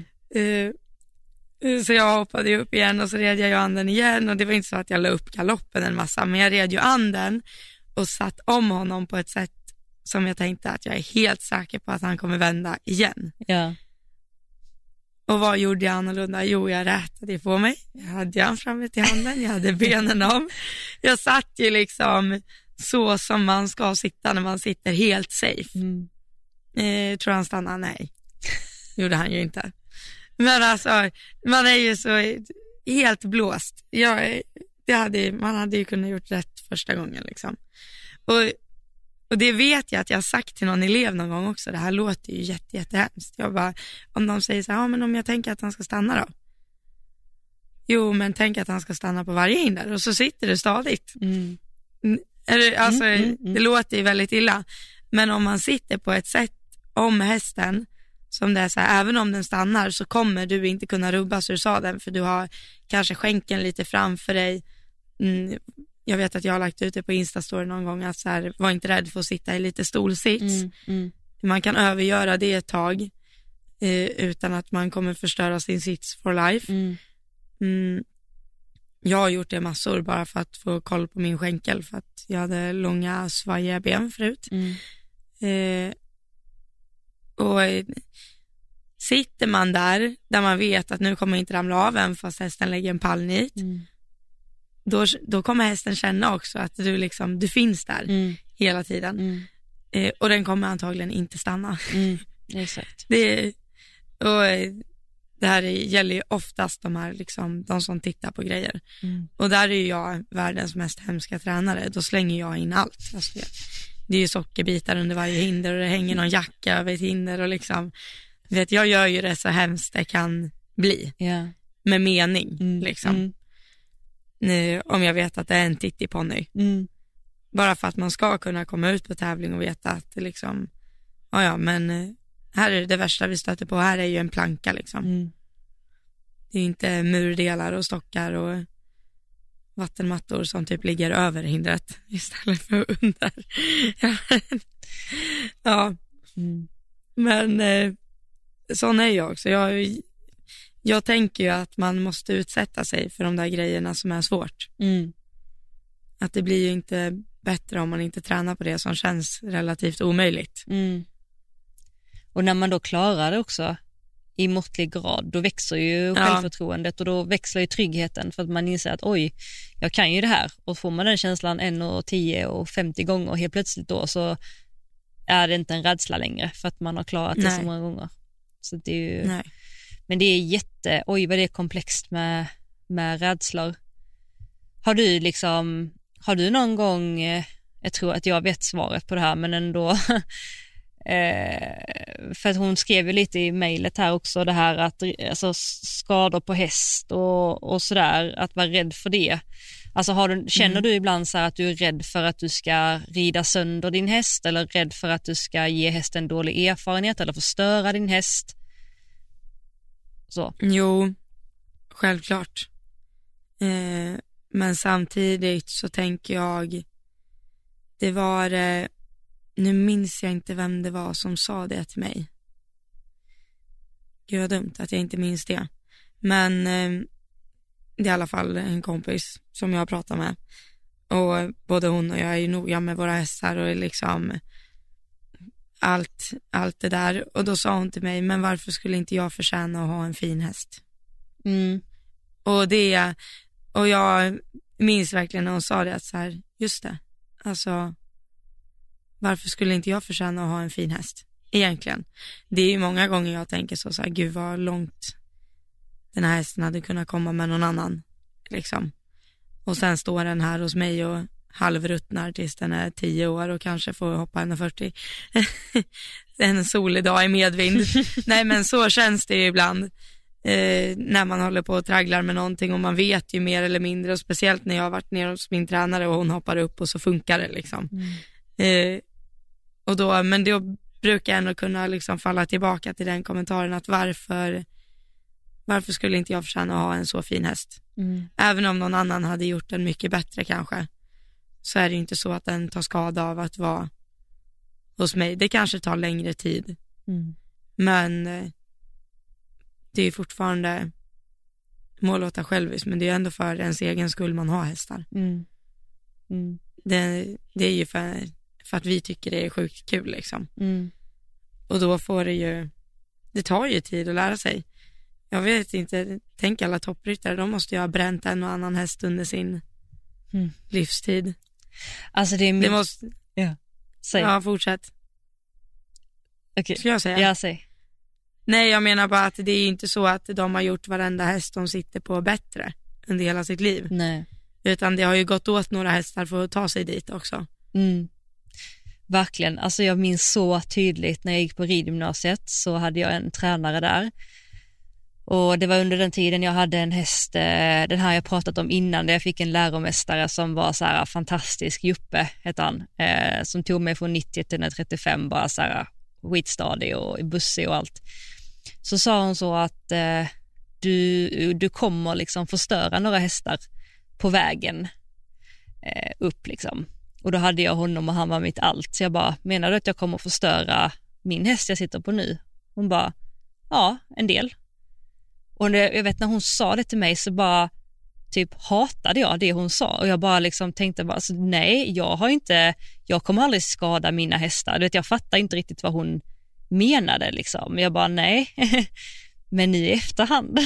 Så jag hoppade upp igen och så red jag ju anden igen, och det var inte så att jag la upp galoppen en massa, men jag red ju anden och satt om honom på ett sätt som jag tänkte att jag är helt säker på att han kommer vända igen. Ja. Och vad gjorde jag annorlunda? Jo, jag rätade på mig. Jag hade han framme till handen, jag hade benen om. Jag satt ju liksom så som man ska sitta när man sitter helt safe. Tror han stannade? Nej. Gjorde han ju inte. Men alltså, man är ju så helt blåst. Man hade ju kunnat gjort rätt första gången liksom. Och det vet jag att jag har sagt till någon elev någon gång också. Det här låter ju jättehemskt. Jag bara, om de säger så här, men om jag tänker att han ska stanna då? Jo, men tänk att han ska stanna på varje hinder och så sitter det stadigt. Det låter ju väldigt illa. Men om man sitter på ett sätt om hästen som det är så här, även om den stannar så kommer du inte kunna rubbas ur sadeln, för du har kanske skänken lite framför dig. Jag vet att jag har lagt ut det på Instastory någon gång att så här, var inte rädd för att sitta i lite stolsits. Man kan övergöra det ett tag utan att man kommer förstöra sin sits for life. Jag har gjort det massor bara för att få koll på min skänkel, för att jag hade långa svajiga ben förut. Och sitter man där man vet att nu kommer inte ramla av än fast hästen lägger en pallnit, då kommer hästen känna också att du finns där hela tiden. Och den kommer antagligen inte stanna. Exakt. Det här gäller ju oftast de som tittar på grejer. Och där är ju jag världens mest hemska tränare. Då slänger jag in allt. Alltså det är ju sockerbitar under varje hinder och det hänger någon jacka över ett hinder och liksom, jag gör ju det så hemskt det kan bli. Med mening liksom. Om jag vet att det är en tittiponny. Bara för att man ska kunna komma ut på tävling och veta att det liksom, men här är det värsta vi stöter på, här är ju en planka liksom. Det är inte murdelar och stockar och vattenmattor som typ ligger över hindret istället för under. Men sån är jag också. Jag tänker ju att man måste utsätta sig för de där grejerna som är svårt. Att det blir ju inte bättre om man inte tränar på det som känns relativt omöjligt. Och när man då klarar det också i måttlig grad, då växer ju självförtroendet och då växlar ju tryggheten för att man inser att oj, jag kan ju det här. Och får man den känslan 1 och 10 och 50 gånger och helt plötsligt då så är det inte en rädsla längre för att man har klarat det så många gånger. Så det är ju, men det är oj vad det är komplext med rädslor. Har du någon gång, jag tror att jag vet svaret på det här men ändå för att hon skrev ju lite i mejlet här också det här att alltså, skador på häst och sådär, att vara rädd för det. Alltså känner du ibland så här att du är rädd för att du ska rida sönder din häst eller rädd för att du ska ge hästen dålig erfarenhet eller förstöra din häst? Så. Jo, självklart. Men samtidigt så tänker jag, det var, nu minns jag inte vem det var som sa det till mig. Gud vad dumt att jag inte minns det. Men det är i alla fall en kompis som jag pratar med. Och både hon och jag är ju noga med våra hästar och liksom allt det där. Och då sa hon till mig, men varför skulle inte jag förtjäna att ha en fin häst? Och jag minns verkligen när hon sa det, att så här, just det, alltså varför skulle inte jag förtjäna att ha en fin häst? Egentligen. Det är ju många gånger jag tänker så här, gud vad långt den här hästen hade kunnat komma med någon annan liksom. Och sen står den här hos mig och halvruttnar tills den är 10 år och kanske får hoppa 1,40. En solig dag i medvind. Nej, men så känns det ju ibland när man håller på och tragglar med någonting och man vet ju mer eller mindre, och speciellt när jag har varit ner hos min tränare och hon hoppar upp och så funkar det liksom. Och då, men då brukar jag ändå kunna liksom falla tillbaka till den kommentaren att varför skulle inte jag förtjäna att ha en så fin häst? Även om någon annan hade gjort den mycket bättre kanske, så är det inte så att den tar skada av att vara hos mig. Det kanske tar längre tid. Men det är fortfarande, må låta självis, men det är ändå för ens egen skull man har hästar. Det är ju för att vi tycker det är sjukt kul liksom. Och då får det tar ju tid att lära sig. Jag vet inte, tänk alla toppryttare, de måste ju ha bränt en och annan häst under sin livstid. Alltså det måste. Ja, säg. Ja, fortsätt. Okej. Ska jag säga? Ja, säg. Nej, jag menar bara att det är inte så att de har gjort varenda häst de sitter på bättre under hela sitt liv. Nej. Utan det har ju gått åt några hästar för att ta sig dit också. Verkligen, alltså jag minns så tydligt när jag gick på ridgymnasiet, så hade jag en tränare där. Och det var under den tiden jag hade en häst, den här jag pratat om innan, där jag fick en läromästare som var så här fantastisk, Juppe hette han, som tog mig från 90 till 35, bara så här skitstadig och bussig och allt. Så sa hon så att du kommer liksom förstöra några hästar på vägen upp liksom. Och då hade jag honom och han var mitt allt. Så jag bara, menar du att jag kommer förstöra min häst jag sitter på nu? Hon bara, ja, en del. Och jag vet när hon sa det till mig så bara typ hatade jag det hon sa. Och jag bara liksom tänkte bara, alltså, nej, jag kommer aldrig skada mina hästar. Du vet, jag fattar inte riktigt vad hon menade liksom. Jag bara, nej. Men i efterhand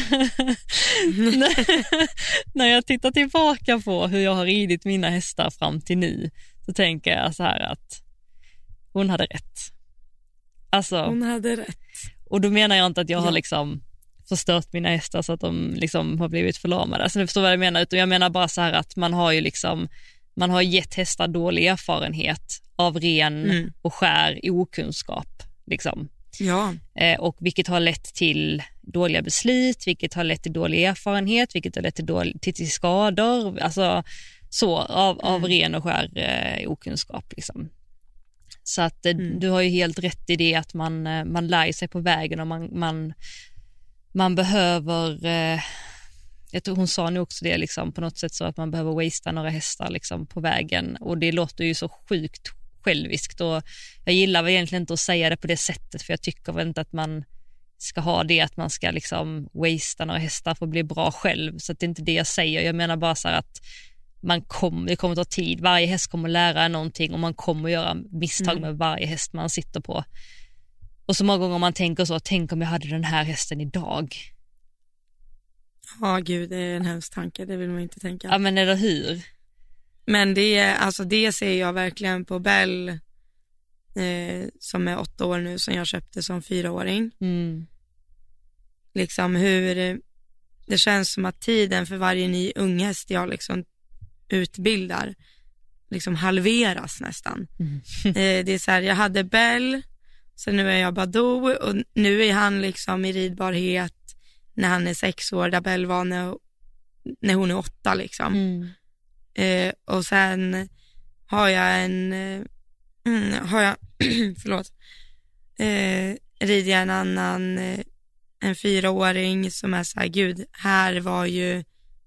när jag tittar tillbaka på hur jag har ridit mina hästar fram till nu, så tänker jag så här att hon hade rätt. Alltså, hon hade rätt. Och då menar jag inte att jag har liksom förstört mina hästar så att de liksom har blivit förlamade. Alltså, du förstår vad jag menar, utan jag menar bara så här att man har ju liksom, man har gett hästar dålig erfarenhet av ren och skär okunskap liksom. Ja. Och vilket har lett till dåliga beslut, vilket har lett till dålig erfarenhet, vilket har lett till skador, alltså så av ren och skär okunskap liksom. Så att du har ju helt rätt i det att man lär sig på vägen och man behöver, jag tror hon sa nu också det liksom, på något sätt så att man behöver wastea några hästar liksom på vägen, och det låter ju så sjukt själviskt, och jag gillar väl egentligen inte att säga det på det sättet, för jag tycker väl inte att man ska ha det, att man ska liksom wastea några hästar för att bli bra själv, så att det är inte det jag säger. Jag menar bara så här att det kommer ta tid, varje häst kommer lära någonting och man kommer göra misstag med varje häst man sitter på. Och så många gånger man tänker så, tänk om jag hade den här hästen idag. Ja, gud, det är en hemsk tanke, det vill man inte tänka. Ja, men eller hur? Men det ser jag verkligen på Bell, som är 8 år nu, som jag köpte som 4-åring. Liksom hur det känns som att tiden för varje ny unghäst jag liksom utbildar liksom halveras nästan. Det är så här, jag hade Bell, så nu är jag Badoo, och nu är han liksom i ridbarhet när han är 6 år, där Bell var när hon är 8 liksom. Och sen har jag rider jag en annan, en 4-åring som är så här, gud, här var ju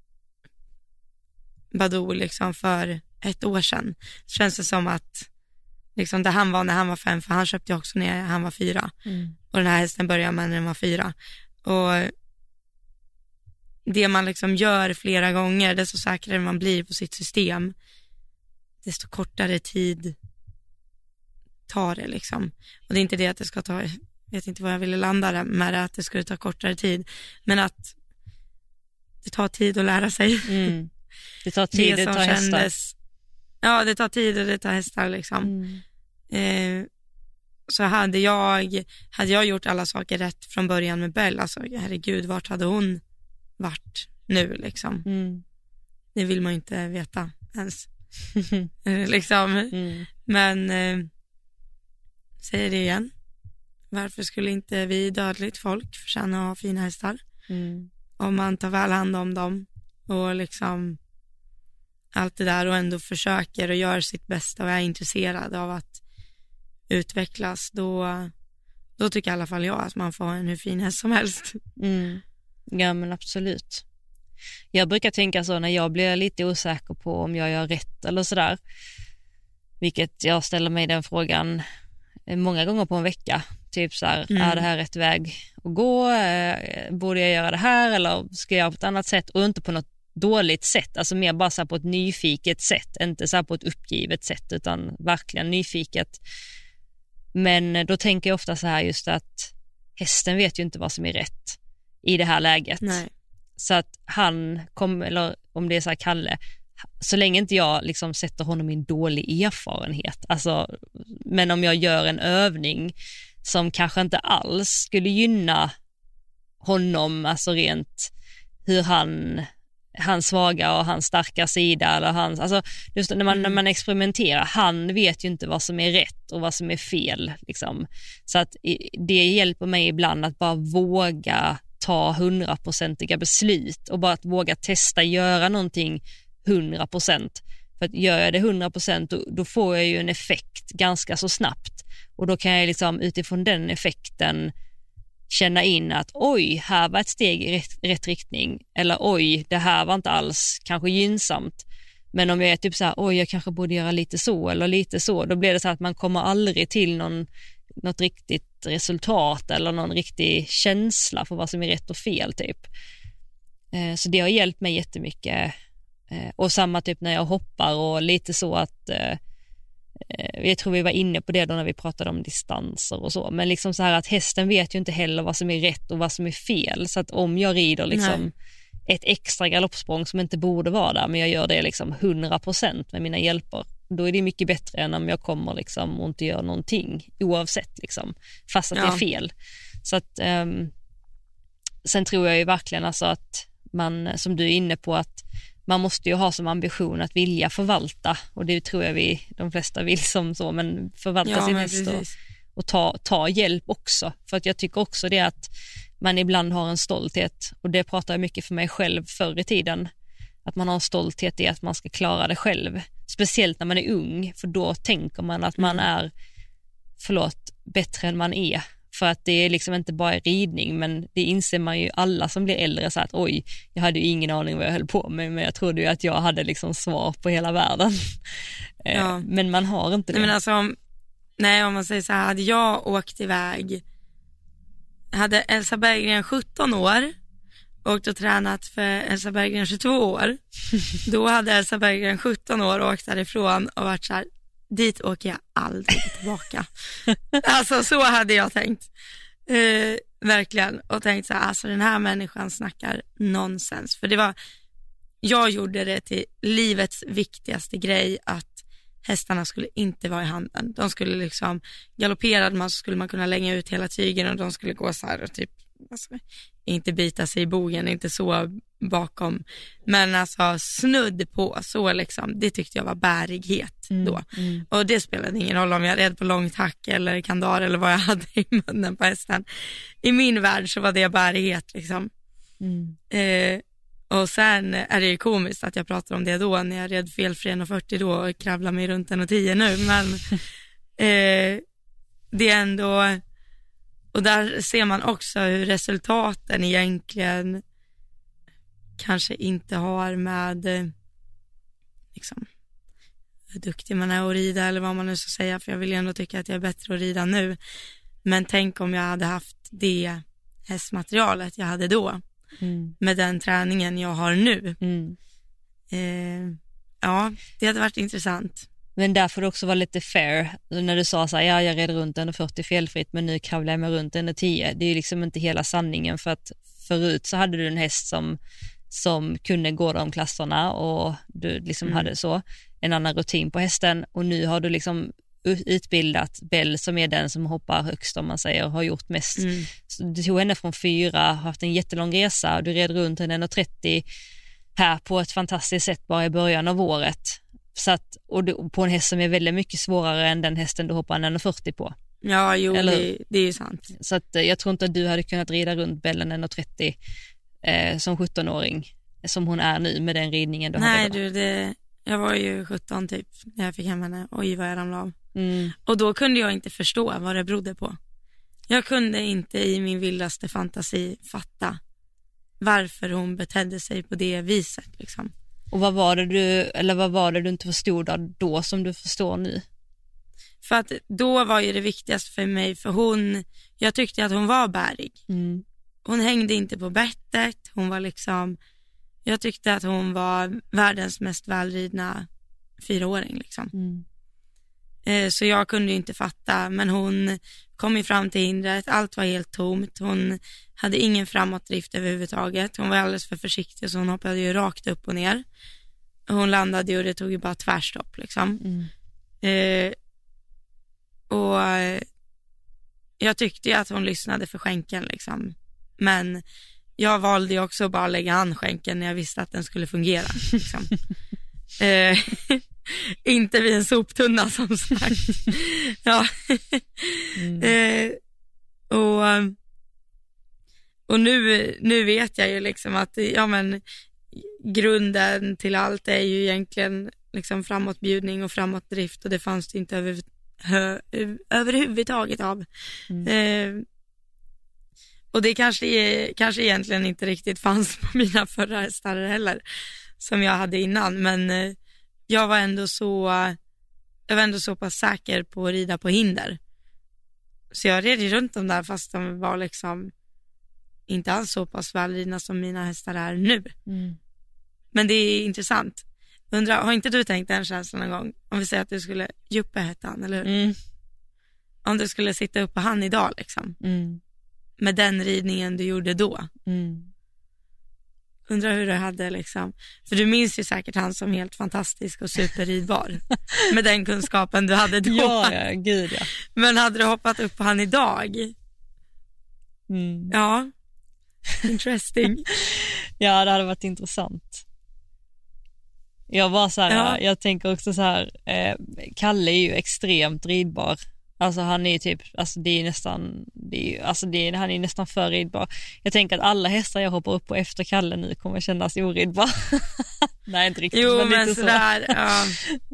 Badoo liksom för 1 år sedan. Det känns det som att liksom där han var när han var 5, för han köpte ju också när han var 4. Och den här hästen började med när den var 4. Och det man liksom gör flera gånger, desto säkrare man blir på sitt system, desto kortare tid tar det liksom. Och det är inte det att det ska ta, jag vet inte vad jag ville landa där med det, att det skulle ta kortare tid, men att det tar tid att lära sig. Det tar tid, det tar hästar. Ja, det tar tid och det tar hästar liksom. Så hade jag gjort alla saker rätt från början med Bell, alltså herregud, vart hade hon varit nu liksom? Det vill man ju inte veta ens. Liksom. Men säger det igen, varför skulle inte vi dödligt folk förtjäna att ha fina hästar? Om man tar väl hand om dem och liksom allt det där, och ändå försöker och gör sitt bästa och är intresserad av att utvecklas, då tycker i alla fall jag att man får en hur fin häst som helst. Ja, men absolut. Jag brukar tänka så när jag blir lite osäker på om jag gör rätt eller sådär, vilket jag ställer mig den frågan många gånger på en vecka, typ så här, är det här rätt väg att gå? Borde jag göra det här eller ska jag göra på ett annat sätt? Och inte på något dåligt sätt, alltså mer bara så här på ett nyfiket sätt, inte så här på ett uppgivet sätt, utan verkligen nyfiket. Men då tänker jag ofta så här, just att hästen vet ju inte vad som är rätt i det här läget. Nej. Så att han kommer, eller om det är så här Kalle, så länge inte jag liksom sätter honom i en dålig erfarenhet, alltså, men om jag gör en övning som kanske inte alls skulle gynna honom, alltså rent hur hans svaga och hans starka sida, eller hans, alltså just när man experimenterar, han vet ju inte vad som är rätt och vad som är fel liksom. Så att det hjälper mig ibland att bara våga ta 100% beslut och bara att våga testa göra någonting 100%. För att gör jag det 100% då får jag ju en effekt ganska så snabbt, och då kan jag liksom utifrån den effekten känna in att oj, här var ett steg i rätt riktning, eller oj, det här var inte alls kanske gynnsamt. Men om jag är typ så här, oj, jag kanske borde göra lite så eller lite så, då blir det så att man kommer aldrig till något riktigt resultat eller någon riktig känsla för vad som är rätt och fel typ. Så det har hjälpt mig jättemycket. Och samma typ när jag hoppar och lite så att jag tror vi var inne på det då när vi pratade om distanser och så, men liksom så här att hästen vet ju inte heller vad som är rätt och vad som är fel, så att om jag rider liksom ett extra galoppsprång som inte borde vara där, men jag gör det liksom 100% med mina hjälper, då är det mycket bättre än om jag kommer liksom och inte gör någonting oavsett liksom, fast att det är fel. Så att sen tror jag ju verkligen alltså att man, som du är inne på, att man måste ju ha som ambition att vilja förvalta, och det tror jag de flesta vill som så, men förvalta sin häst och ta hjälp också, för att jag tycker också det att man ibland har en stolthet, och det pratar jag mycket för mig själv förr i tiden, att man har en stolthet i att man ska klara det själv, speciellt när man är ung, för då tänker man att man är bättre än man är. För att det är liksom inte bara ridning, men det inser man ju alla som blir äldre, så att oj, jag hade ju ingen aning vad jag höll på med, men jag trodde ju att jag hade liksom svar på hela världen. Men man har inte det. Nej, men alltså, om man säger så här, hade jag åkt iväg, hade Elsa Berggren 17 år åkt och tränat för Elsa Berggren 22 år. Då hade Elsa Berggren 17 år och åkt därifrån och varit så här, dit åker jag aldrig tillbaka. Alltså så hade jag tänkt. Verkligen. Och tänkt så här, alltså den här människan snackar nonsens. För jag gjorde det till livets viktigaste grej att hästarna skulle inte vara i handen. De skulle liksom galopperade man så skulle man kunna lägga ut hela tygen och de skulle gå så här och typ inte bita sig i bogen, inte så bakom, men alltså snudd på så liksom, det tyckte jag var bärighet då. Och det spelade ingen roll om jag red på långt hack eller kandar eller vad jag hade i munnen på hästen. I min värld så var det bärighet liksom. Och sen är det ju komiskt att jag pratar om det då när jag red felfri 1,40 då och kravlar mig runt 1,10 nu, men det är ändå, och där ser man också hur resultaten egentligen kanske inte har med liksom hur duktig man är att rida eller vad man nu ska säga, för jag vill ändå tycka att jag är bättre att rida nu, men tänk om jag hade haft det hästmaterialet jag hade då med den träningen jag har nu. Ja, det hade varit intressant. Men där får det också vara lite fair när du sa så här, ja, jag red runt 1,40 felfritt men nu kravlar jag mig runt 1,10. Det är ju liksom inte hela sanningen, för att förut så hade du en häst som kunde gå de klasserna och du liksom hade så en annan rutin på hästen, och nu har du liksom utbildat Bell som är den som hoppar högst, om man säger, har gjort mest. Så du tog henne från 4, har haft en jättelång resa och du red runt 1,30 här på ett fantastiskt sätt bara i början av året. Så att, och på en häst som är väldigt mycket svårare än den hästen du hoppar 1,40 på. Ja, jo, det är ju sant. Så att jag tror inte att du hade kunnat rida runt Bellen 1,30 som 17-åring som hon är nu med den ridningen du hade då. Nej, jag var ju 17 typ när jag fick hem henne. Oj, vad jag ramlade av. Och då kunde jag inte förstå vad det berodde på. Jag kunde inte i min vildaste fantasi fatta varför hon betedde sig på det viset liksom. Och vad var det du inte förstod då som du förstår nu? För att då var ju det viktigaste för mig, för jag tyckte att hon var bärig. Hon hängde inte på bettet, hon var liksom, jag tyckte att hon var världens mest välridna 4-åring liksom. Så jag kunde ju inte fatta, men hon kom ju fram till hindret, allt var helt tomt, hon hade ingen framåtdrift överhuvudtaget, hon var alldeles för försiktig så hon hoppade ju rakt upp och ner. Hon landade ju och det tog ju bara tvärstopp liksom. Och jag tyckte ju att hon lyssnade för skänken liksom, men jag valde ju också bara lägga an skänken när jag visste att den skulle fungera liksom. Inte vid en soptunna som sagt. Ja. Och nu vet jag ju liksom att ja, men grunden till allt är ju egentligen liksom framåtbjudning och framåtdrift, och det fanns det inte överhuvudtaget av. Och det kanske egentligen inte riktigt fanns på mina förra hästar heller som jag hade innan, men jag var ändå så pass säker på att rida på hinder. Så jag red runt dem där fast de var liksom inte alls så pass välridna som mina hästar är nu. Men det är intressant. Undrar, har inte du tänkt den känslan en gång? Om vi säger att du skulle Juppe hette han, eller hur? Om du skulle sitta upp på han idag liksom. Med den ridningen du gjorde då. Undrar hur du hade liksom, för du minns ju säkert han som helt fantastisk och superridbar med den kunskapen du hade då. Ja, gud ja. Men hade du hoppat upp på han idag? Ja, interesting. Ja, det hade varit intressant. Jag var så här, jag tänker också så här, Kalle är ju extremt ridbar. Alltså han är typ, alltså det är nästan, han är nästan för ridbar. Jag tänker att alla hästar jag hoppar upp på efter Kalle nu kommer kännas oridbar. Nej, inte riktigt. Jo, men lite sådär, ja.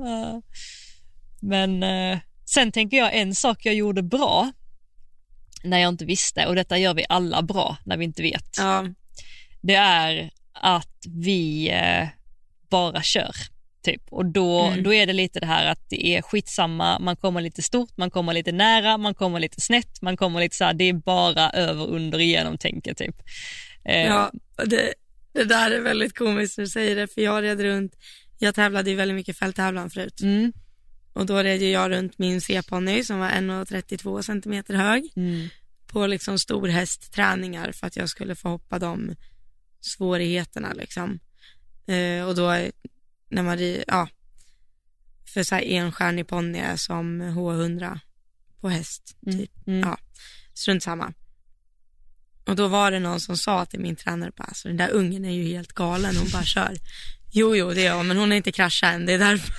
Men sen tänker jag en sak jag gjorde bra när jag inte visste, och detta gör vi alla bra när vi inte vet. Det är att vi bara kör. Typ. Och då är det lite det här att det är skitsamma, man kommer lite stort, man kommer lite nära, man kommer lite snett, man kommer lite så här, det är bara över under igenom tänker typ. Ja, det där är väldigt komiskt när du säger det, för jag red runt, jag tävlade ju väldigt mycket fälttävlan förut. Och då red jag runt min C-ponny som var 1,32 centimeter hög på liksom storhästträningar för att jag skulle få hoppa de svårigheterna liksom. Och då när man för så här enstjärnig ponny är som H100 på häst typ. Ja, strunt samma. Och då var det någon som sa till min tränare bara, alltså den där ungen är ju helt galen, hon bara kör. Jo, det är jag, men hon är inte kraschat än, det är därför.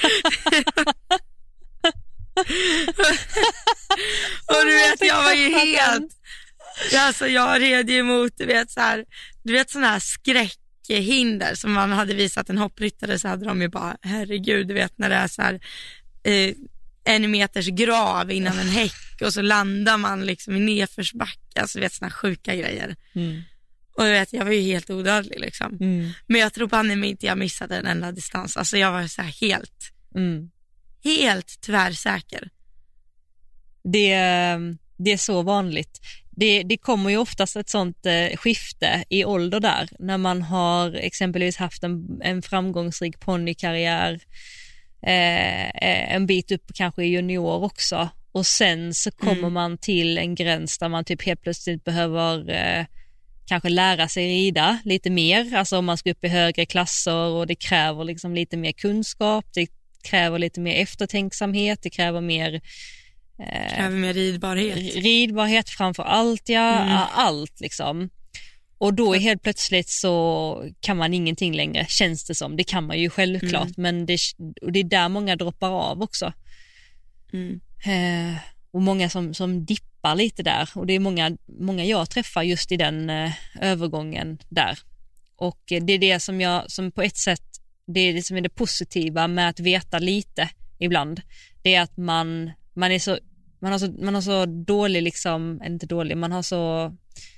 Och du vet, jag var ju helt... Alltså jag red ju emot, du vet sådana här skräckhinder som man hade visat en hoppryttare, så hade de ju bara, herregud, du vet när det är så här 1 meters grav innan en häck och så landar man liksom i nedförsbacke, alltså du vet sådana sjuka grejer. Och du vet, jag var ju helt odödlig liksom. Men jag tror banne mig inte jag missade en enda distans, alltså jag var så här helt tvärsäker. Det är så vanligt. Det kommer ju oftast ett sånt skifte i ålder där, när man har exempelvis haft en framgångsrik ponnykarriär en bit upp kanske i junior också, och sen så kommer man till en gräns där man typ helt plötsligt behöver kanske lära sig rida lite mer, alltså om man ska upp i högre klasser, och det kräver liksom lite mer kunskap, det kräver lite mer eftertänksamhet, det kräver mer ridbarhet framför allt, allt liksom. Och då är helt plötsligt så kan man ingenting längre, känns det som. Det kan man ju självklart, men det är där många droppar av också. Och många som dippar lite där, och det är många jag träffar just i den övergången där. Och det är det som på ett sätt, det är det som är det positiva med att veta lite ibland. Det är att man har så dålig liksom, inte dålig, man har så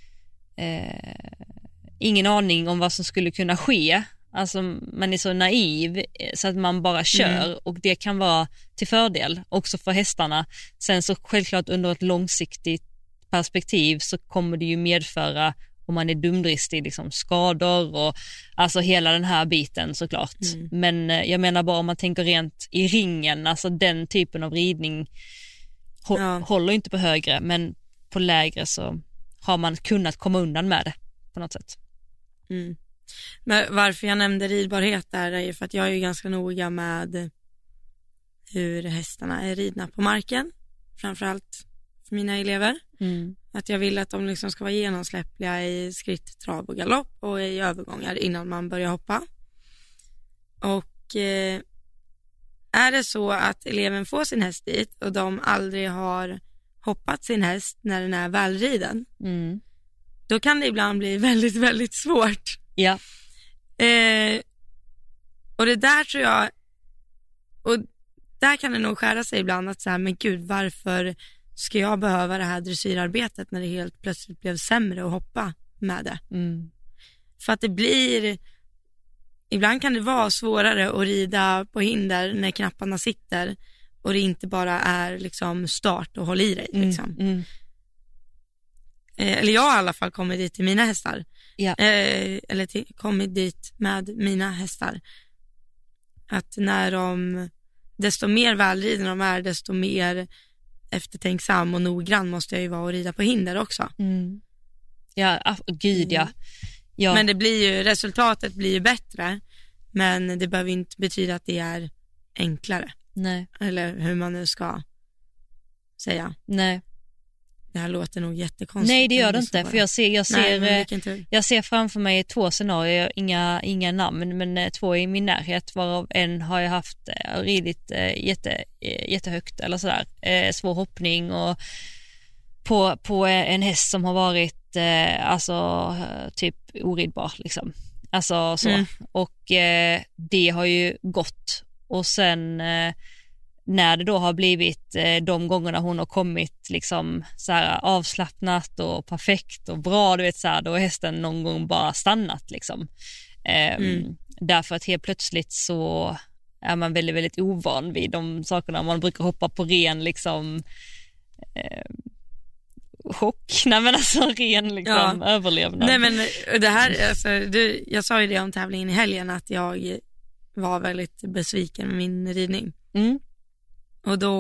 ingen aning om vad som skulle kunna ske. Alltså man är så naiv så att man bara kör, och det kan vara till fördel också för hästarna. Sen så självklart under ett långsiktigt perspektiv så kommer det ju medföra, om man är dumdristig, liksom skador och alltså hela den här biten såklart. Men jag menar bara om man tänker rent i ringen, alltså den typen av ridning håller inte på högre, men på lägre så har man kunnat komma undan med det på något sätt. Men varför jag nämnde ridbarhet där är ju för att jag är ju ganska noga med hur hästarna är ridna på marken, framförallt för mina elever. Att jag vill att de liksom ska vara genomsläppliga i skritt, trav och galopp och i övergångar innan man börjar hoppa. Och är det så att eleven får sin häst dit och de aldrig har hoppat sin häst när den är välriden, då kan det ibland bli väldigt, väldigt svårt. Ja. Och det där tror jag, och där kan det nog skära sig ibland, att så här, men gud, varför ska jag behöva det här dressyrarbetet när det helt plötsligt blev sämre att hoppa med det? För att det blir, ibland kan det vara svårare att rida på hinder när knapparna sitter och det inte bara är liksom start och håll i dig liksom. Eller jag har i alla fall kommit dit till mina hästar. Kommit dit med mina hästar. Att när desto mer välriden de är, desto mer eftertänksam och noggrann måste jag ju vara och rida på hinder också. Ja, gud ja. Men det blir ju, resultatet blir ju bättre, men det behöver inte betyda att det är enklare. Nej. Eller hur man nu ska säga. Nej. Det här låter nog jättekonstigt. Nej, det gör det inte, för jag ser framför mig 2 scenarier, inga namn, men 2 i min närhet, varav en har jag haft ridit jättehögt eller sådär, svår hoppning och på en häst som har varit alltså typ oridbar liksom. Alltså så. Och det har ju gått, och sen när det då har blivit de gångerna hon har kommit liksom så här avslappnat och perfekt och bra, du vet så här, då har hästen någon gång bara stannat liksom. Därför att helt plötsligt så är man väldigt, väldigt ovan vid de sakerna man brukar hoppa på ren liksom chock. Nej men alltså ren liksom överlevnad. Nej men det här, alltså, jag sa ju det om tävlingen i helgen att jag var väldigt besviken med min ridning. Mm. Och då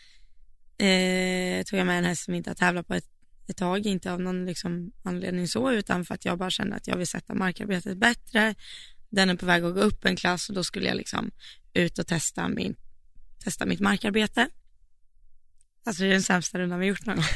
tog jag med en häst som inte har tävlat på ett tag, inte av någon liksom anledning så, utan för att jag bara kände att jag vill sätta markarbetet bättre. Den är på väg att gå upp en klass och då skulle jag liksom ut och testa mitt markarbete. Alltså det är den sämsta rundan vi gjort någon gång.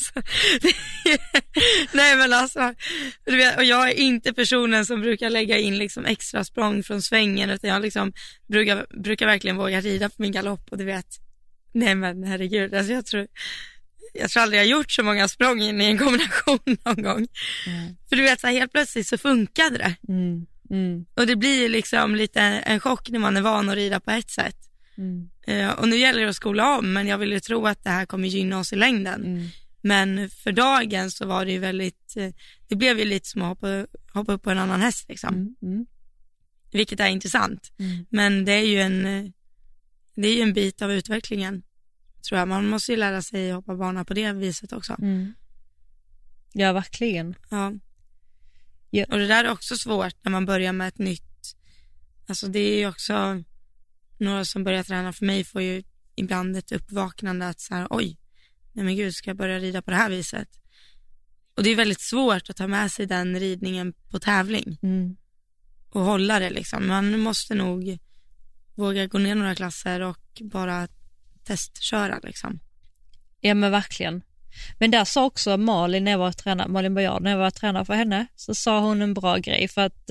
Nej men alltså, du vet, och jag är inte personen som brukar lägga in liksom extra språng från svängen, utan jag liksom brukar verkligen våga rida på min galopp, och du vet, nej men herregud, alltså jag tror aldrig jag gjort så många språng in i en kombination någon gång. För du vet, så här, helt plötsligt så funkade det. Och det blir liksom lite en chock när man är van att rida på ett sätt. Och nu gäller det att skola om, men jag vill ju tro att det här kommer gynna oss i längden. Men för dagen så var det ju väldigt, det blev ju lite som att hoppa upp på en annan häst liksom. Vilket är intressant. Men det är ju en bit av utvecklingen, tror jag. Man måste ju lära sig hoppa bana på det viset också. Ja, verkligen. Ja. Och det där är också svårt när man börjar med ett nytt. Alltså det är ju också, några som börjar träna för mig får ju ibland ett uppvaknande att så här, oj, nej men gud, ska jag börja rida på det här viset? Och det är väldigt svårt att ta med sig den ridningen på tävling. Och hålla det liksom. Man måste nog våga gå ner några klasser och bara testköra liksom. Ja men verkligen. Men där sa också Malin Bajard, när jag var tränare för henne, så sa hon en bra grej, för att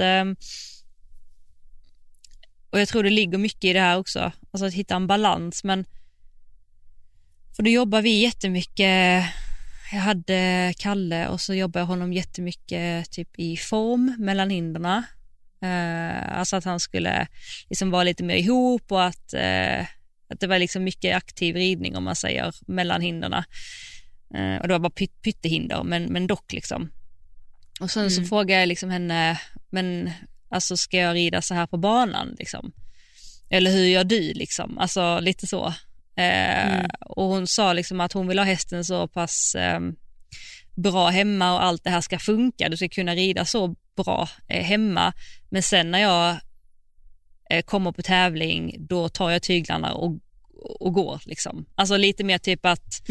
och jag tror det ligger mycket i det här också, alltså att hitta en balans. Men för då jobbar vi jättemycket, jag hade Kalle och så jobbade jag honom jättemycket typ i form mellan hinderna, alltså att han skulle liksom vara lite mer ihop, och att det var liksom mycket aktiv ridning om man säger mellan hinderna. Och det var bara pyttehinder, men dock liksom. Och sen så frågade jag liksom henne, men alltså ska jag rida så här på banan liksom? Eller hur gör du liksom? Alltså lite så. Och hon sa liksom att hon vill ha hästen så pass bra hemma, och allt det här ska funka. Du ska kunna rida så bra hemma. Men sen när jag kommer på tävling, då tar jag tyglarna och går liksom. Alltså lite mer typ att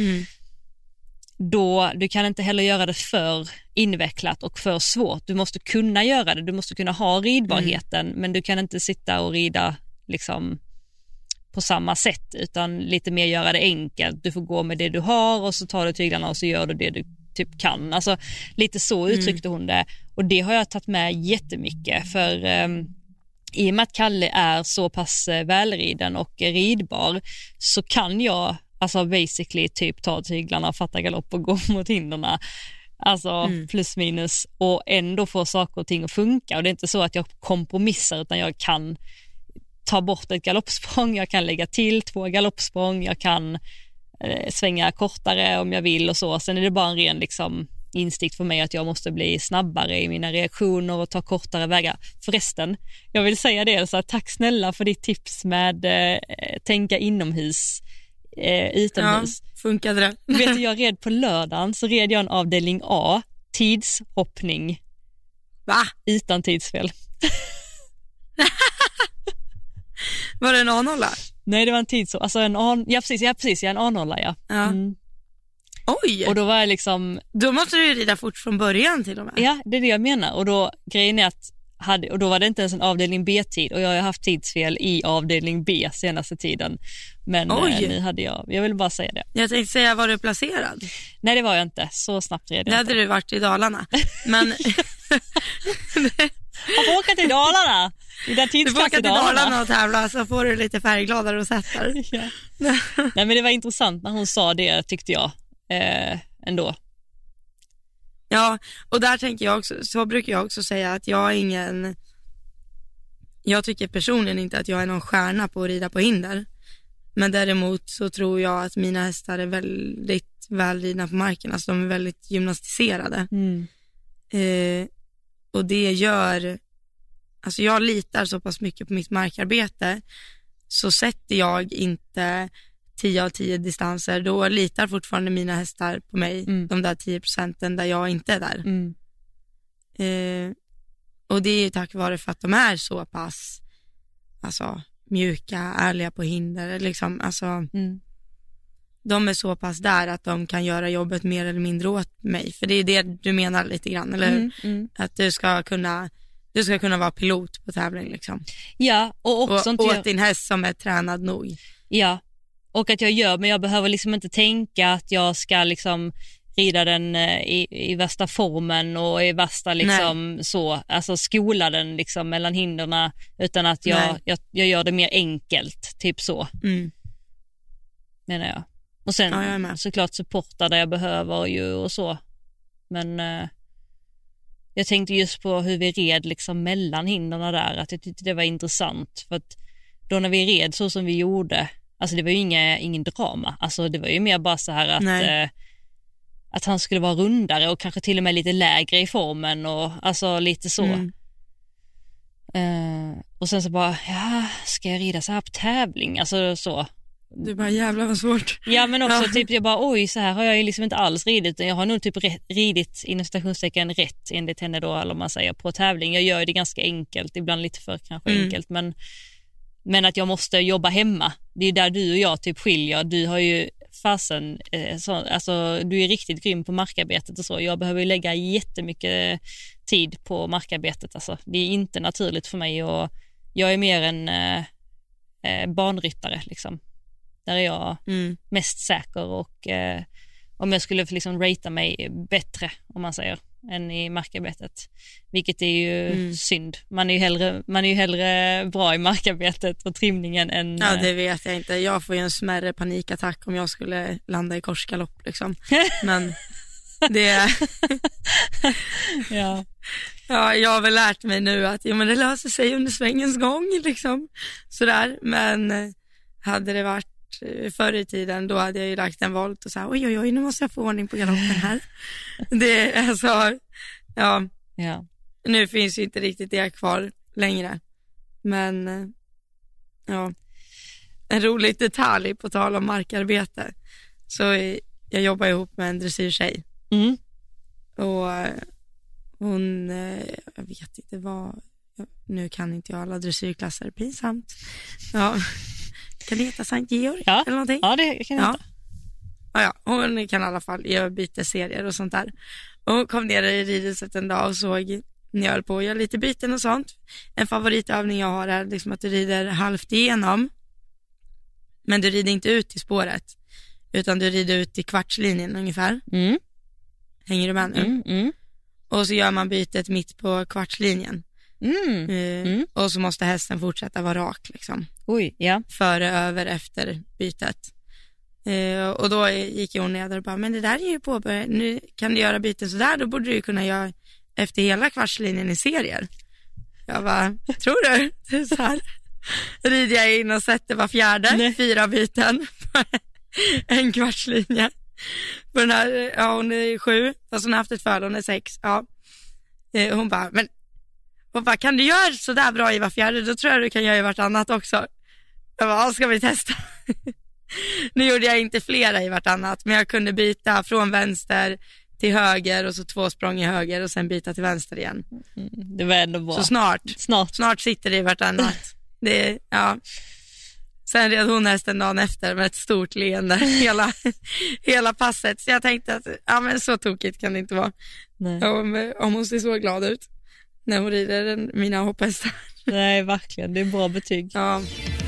då, du kan inte heller göra det för invecklat och för svårt. Du måste kunna göra det, du måste kunna ha ridbarheten, men du kan inte sitta och rida liksom på samma sätt, utan lite mer göra det enkelt. Du får gå med det du har, och så tar du tyglarna och så gör du det du typ kan. Alltså lite så uttryckte hon det, och det har jag tagit med jättemycket, för i och med att Kalle är så pass välriden och ridbar, så kan jag alltså basically typ ta tyglarna, fatta galopp och gå mot hinderna. Alltså plus minus, och ändå få saker och ting att funka. Och det är inte så att jag kompromissar, utan jag kan ta bort ett galoppsprång, jag kan lägga till 2 galoppsprång, jag kan svänga kortare om jag vill och så. Sen är det bara en ren liksom instinkt för mig att jag måste bli snabbare i mina reaktioner och ta kortare vägar. Förresten, jag vill säga det, så tack snälla för ditt tips med tänka inomhus, utomhus. Ja, funkade det? Vet du, jag red på lördagen, så red jag en avdelning A, tidshoppning. Va? Utan tidsfel. Var det en A0? Nej, det var en tidshopp. Alltså en A, ja precis, en A0, ja. Oj! Och då var jag liksom... Då måste du ju rida fort från början till och med. Ja, det är det jag menar. Och då, grejen är att och då var det inte ens en avdelning B-tid, och jag har haft tidsfel i avdelning B senaste tiden. Men nu hade jag vill bara säga det. Jag tänkte säga, var du placerad? Nej, det var jag inte. Så snabbt red jag. Det hade du varit i Dalarna. Men... Jag får åka till Dalarna. Du får åka till Dalarna och tävla, så får du lite färggladare och sätter. Ja. Nej, men det var intressant när hon sa det, tyckte jag ändå. Ja, och där tänker jag också, så brukar jag också säga att jag tycker personligen inte att jag är någon stjärna på att rida på hinder. Men däremot så tror jag att mina hästar är väldigt välridna på marken. Alltså de är väldigt gymnastiserade. Och det gör, alltså jag litar så pass mycket på mitt markarbete, så sätter jag inte 10 av 10 distanser, då litar fortfarande mina hästar på mig, de där 10% där jag inte är där. Och det är ju tack vare för att de är så pass alltså, mjuka, ärliga på hinder. Liksom, alltså, de är så pass där att de kan göra jobbet mer eller mindre åt mig. För det är det du menar lite grann, eller hur? Att du ska kunna vara pilot på tävling. Liksom. Ja, och också och åt din häst som är tränad nog. Ja, och att men jag behöver liksom inte tänka att jag ska liksom rida den i värsta formen och i värsta liksom så, alltså skola den liksom mellan hinderna, utan att jag gör det mer enkelt, typ så. Menar jag. Och sen såklart supporta där jag behöver ju och så. Men jag tänkte just på hur vi red liksom mellan hinderna där, att jag tyckte det var intressant, för att då när vi red så som vi gjorde, alltså det var ju ingen drama, alltså det var ju mer bara så här att han skulle vara rundare och kanske till och med lite lägre i formen och alltså lite så. Och sen så bara, ska jag rida så här på tävling? Alltså så. Du bara, jävlar vad svårt. Ja, men också typ jag bara, oj, så här har jag ju liksom inte alls ridit. Jag har nog typ ridit inom stationstecken rätt enligt henne då, eller om man säger, på tävling. Jag gör det ganska enkelt, ibland lite för kanske enkelt, men att jag måste jobba hemma. Det är ju där du och jag typ skiljer. Du har ju fasen, alltså du är riktigt grym på markarbetet och så. Jag behöver ju lägga jättemycket tid på markarbetet. Alltså. Det är inte naturligt för mig, och jag är mer en banryttare liksom. Där är jag mest säker, och om jag skulle liksom ratea mig bättre, om man säger, än i markarbetet, vilket är ju synd. Man är ju hellre bra i markarbetet och trimningen än... Ja, det vet jag inte. Jag får ju en smärre panikattack om jag skulle landa i korsgalopp liksom. Men det... Ja, jag har väl lärt mig nu att men det löser sig under svängens gång liksom. Sådär, men hade det varit förr i tiden, då hade jag ju lagt en volt och så här, oj, nu måste jag få ordning på galoppen här. Det är alltså, nu finns ju inte riktigt det kvar längre. Men, en rolig detalj på tal om markarbete. Så jag jobbar ihop med en dressyrtjej. Och hon, jag vet inte vad, nu kan inte jag alla dressyrklasser, pinsamt. Ja. Kan det heta Sankt Georg eller någonting? Ja, det kan det heta. Ja, hon kan i alla fall göra byteserier och sånt där. Och hon kom ner i ridhuset en dag och såg när jag höll på att göra lite byten och sånt. En favoritövning jag har är liksom att du rider halvt igenom, men du rider inte ut i spåret, utan du rider ut i kvartslinjen ungefär. Hänger du med nu? Och så gör man bytet mitt på kvartslinjen. Och så måste hästen fortsätta vara rak liksom. Före, över, efter bytet. Och då gick hon ner och bara, men det där är ju påbörjat. Nu kan du göra byten så där, då borde du kunna göra efter hela kvartslinjen i serier. Jag bara, tror du? Så här rider jag in och sätter var fjärde 4 byten en kvartslinje. På den här, hon är 7, fast hon har haft ett föl, hon är 6. Hon bara, kan du göra så där bra i var fjärde, då tror jag du kan göra i vartannat också. Jag bara, ska vi testa? Nu gjorde jag inte flera i vartannat, men jag kunde byta från vänster till höger och så 2 språng i höger och sen byta till vänster igen. Det var ändå bra. Så snart sitter det i vartannat. Det, Sen red hon hästen dagen efter med ett stort leende hela passet. Så jag tänkte att men så tokigt kan det inte vara. Nej. Om hon ser så glad ut när hon rider mina hopphästar. Nej, verkligen. Det är bra betyg. Ja.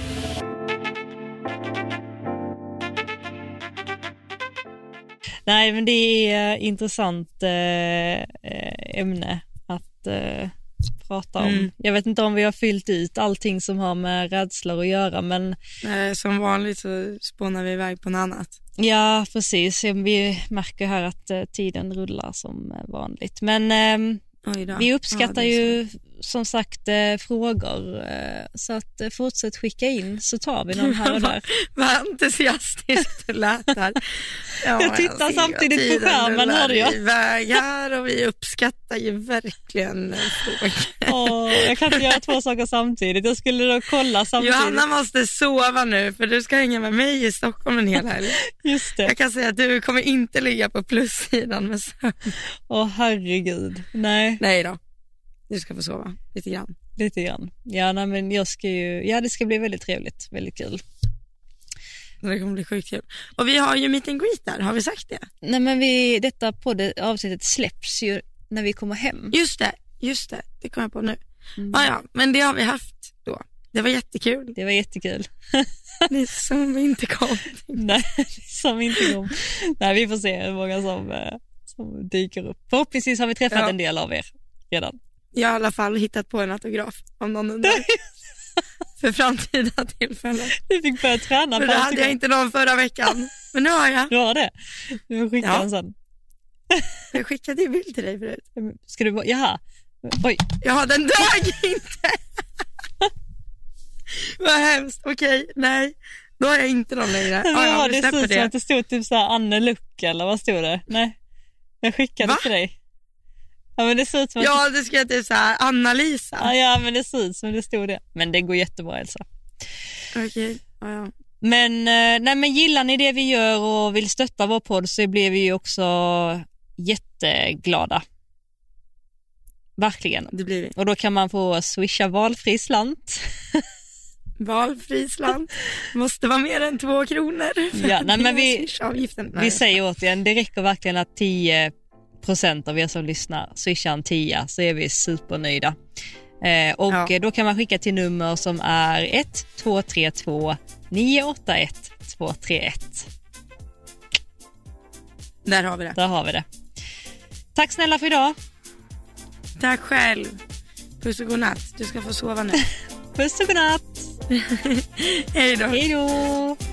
Nej, men det är intressant ämne att prata om. Jag vet inte om vi har fyllt ut allting som har med rädslor att göra, men... Som vanligt så spånar vi iväg på något annat. Ja, precis. Vi märker här att tiden rullar som vanligt. Men vi uppskattar ju som sagt frågor, så att fortsätt skicka in så tar vi någon här och där. Vad entusiastiskt det lät där. Ja, jag tittar samtidigt på skärmen, hörde jag. Vägar och vi uppskattar ju verkligen frågor. Jag kan inte göra 2 saker samtidigt. Jag skulle då kolla samtidigt. Johanna måste sova nu för du ska hänga med mig i Stockholm en hel helg. Just det. Jag kan säga att du kommer inte ligga på plussidan med sömn. Herregud. Nej då. Du ska få sova lite grann. Ja, nej, men jag ska det ska bli väldigt trevligt, väldigt kul. Det kommer bli sjukt kul. Och vi har ju meet and greet där, har vi sagt det? Nej, men detta avsnittet släpps ju när vi kommer hem. Just det, det kommer jag på nu. Ja, men det har vi haft då. Det var jättekul. Det var jättekul. Det är som inte kom. Nej, som inte kom. Nej, vi får se hur många som dyker upp. Förhoppningsvis har vi träffat en del av er redan. Jag har i alla fall hittat på en autograf om någon undrar. För framtida tillfällen. Du fick börja träna. För det hade jag inte någon förra veckan. Men nu har jag. Du har det? Du skickar den sen. Jag skickade en bild till dig förut. Ska du jaha. Oj. Ja, den dög inte. Vad hemskt. Okej, nej. Då har jag inte någon längre. Det ser ut som att det stod typ så här Anne Luck eller vad stod det? Nej. Jag skickade till dig. Ja, men det ser ut som att det ska typ så här Anna-Lisa. Ja, men det ser ut som det stod det. Men det går jättebra, Elsa. Okej. Ja. Men gillar ni det vi gör och vill stötta vår podd så blir vi ju också jätteglada. Verkligen. Det blir vi. Och då kan man få swisha valfri slant. Valfri slant. Måste vara mer än 2 kronor. Ja, nej, men vi säger återigen, det räcker verkligen att 10% av er som lyssnar swishar en 10, så är vi supernöjda. Då kan man skicka till nummer som är 1232 981 231. Där har vi det. Tack snälla för idag. Tack själv. Puss och godnatt. Du ska få sova nu. Puss och godnatt. Hej då. Hej då.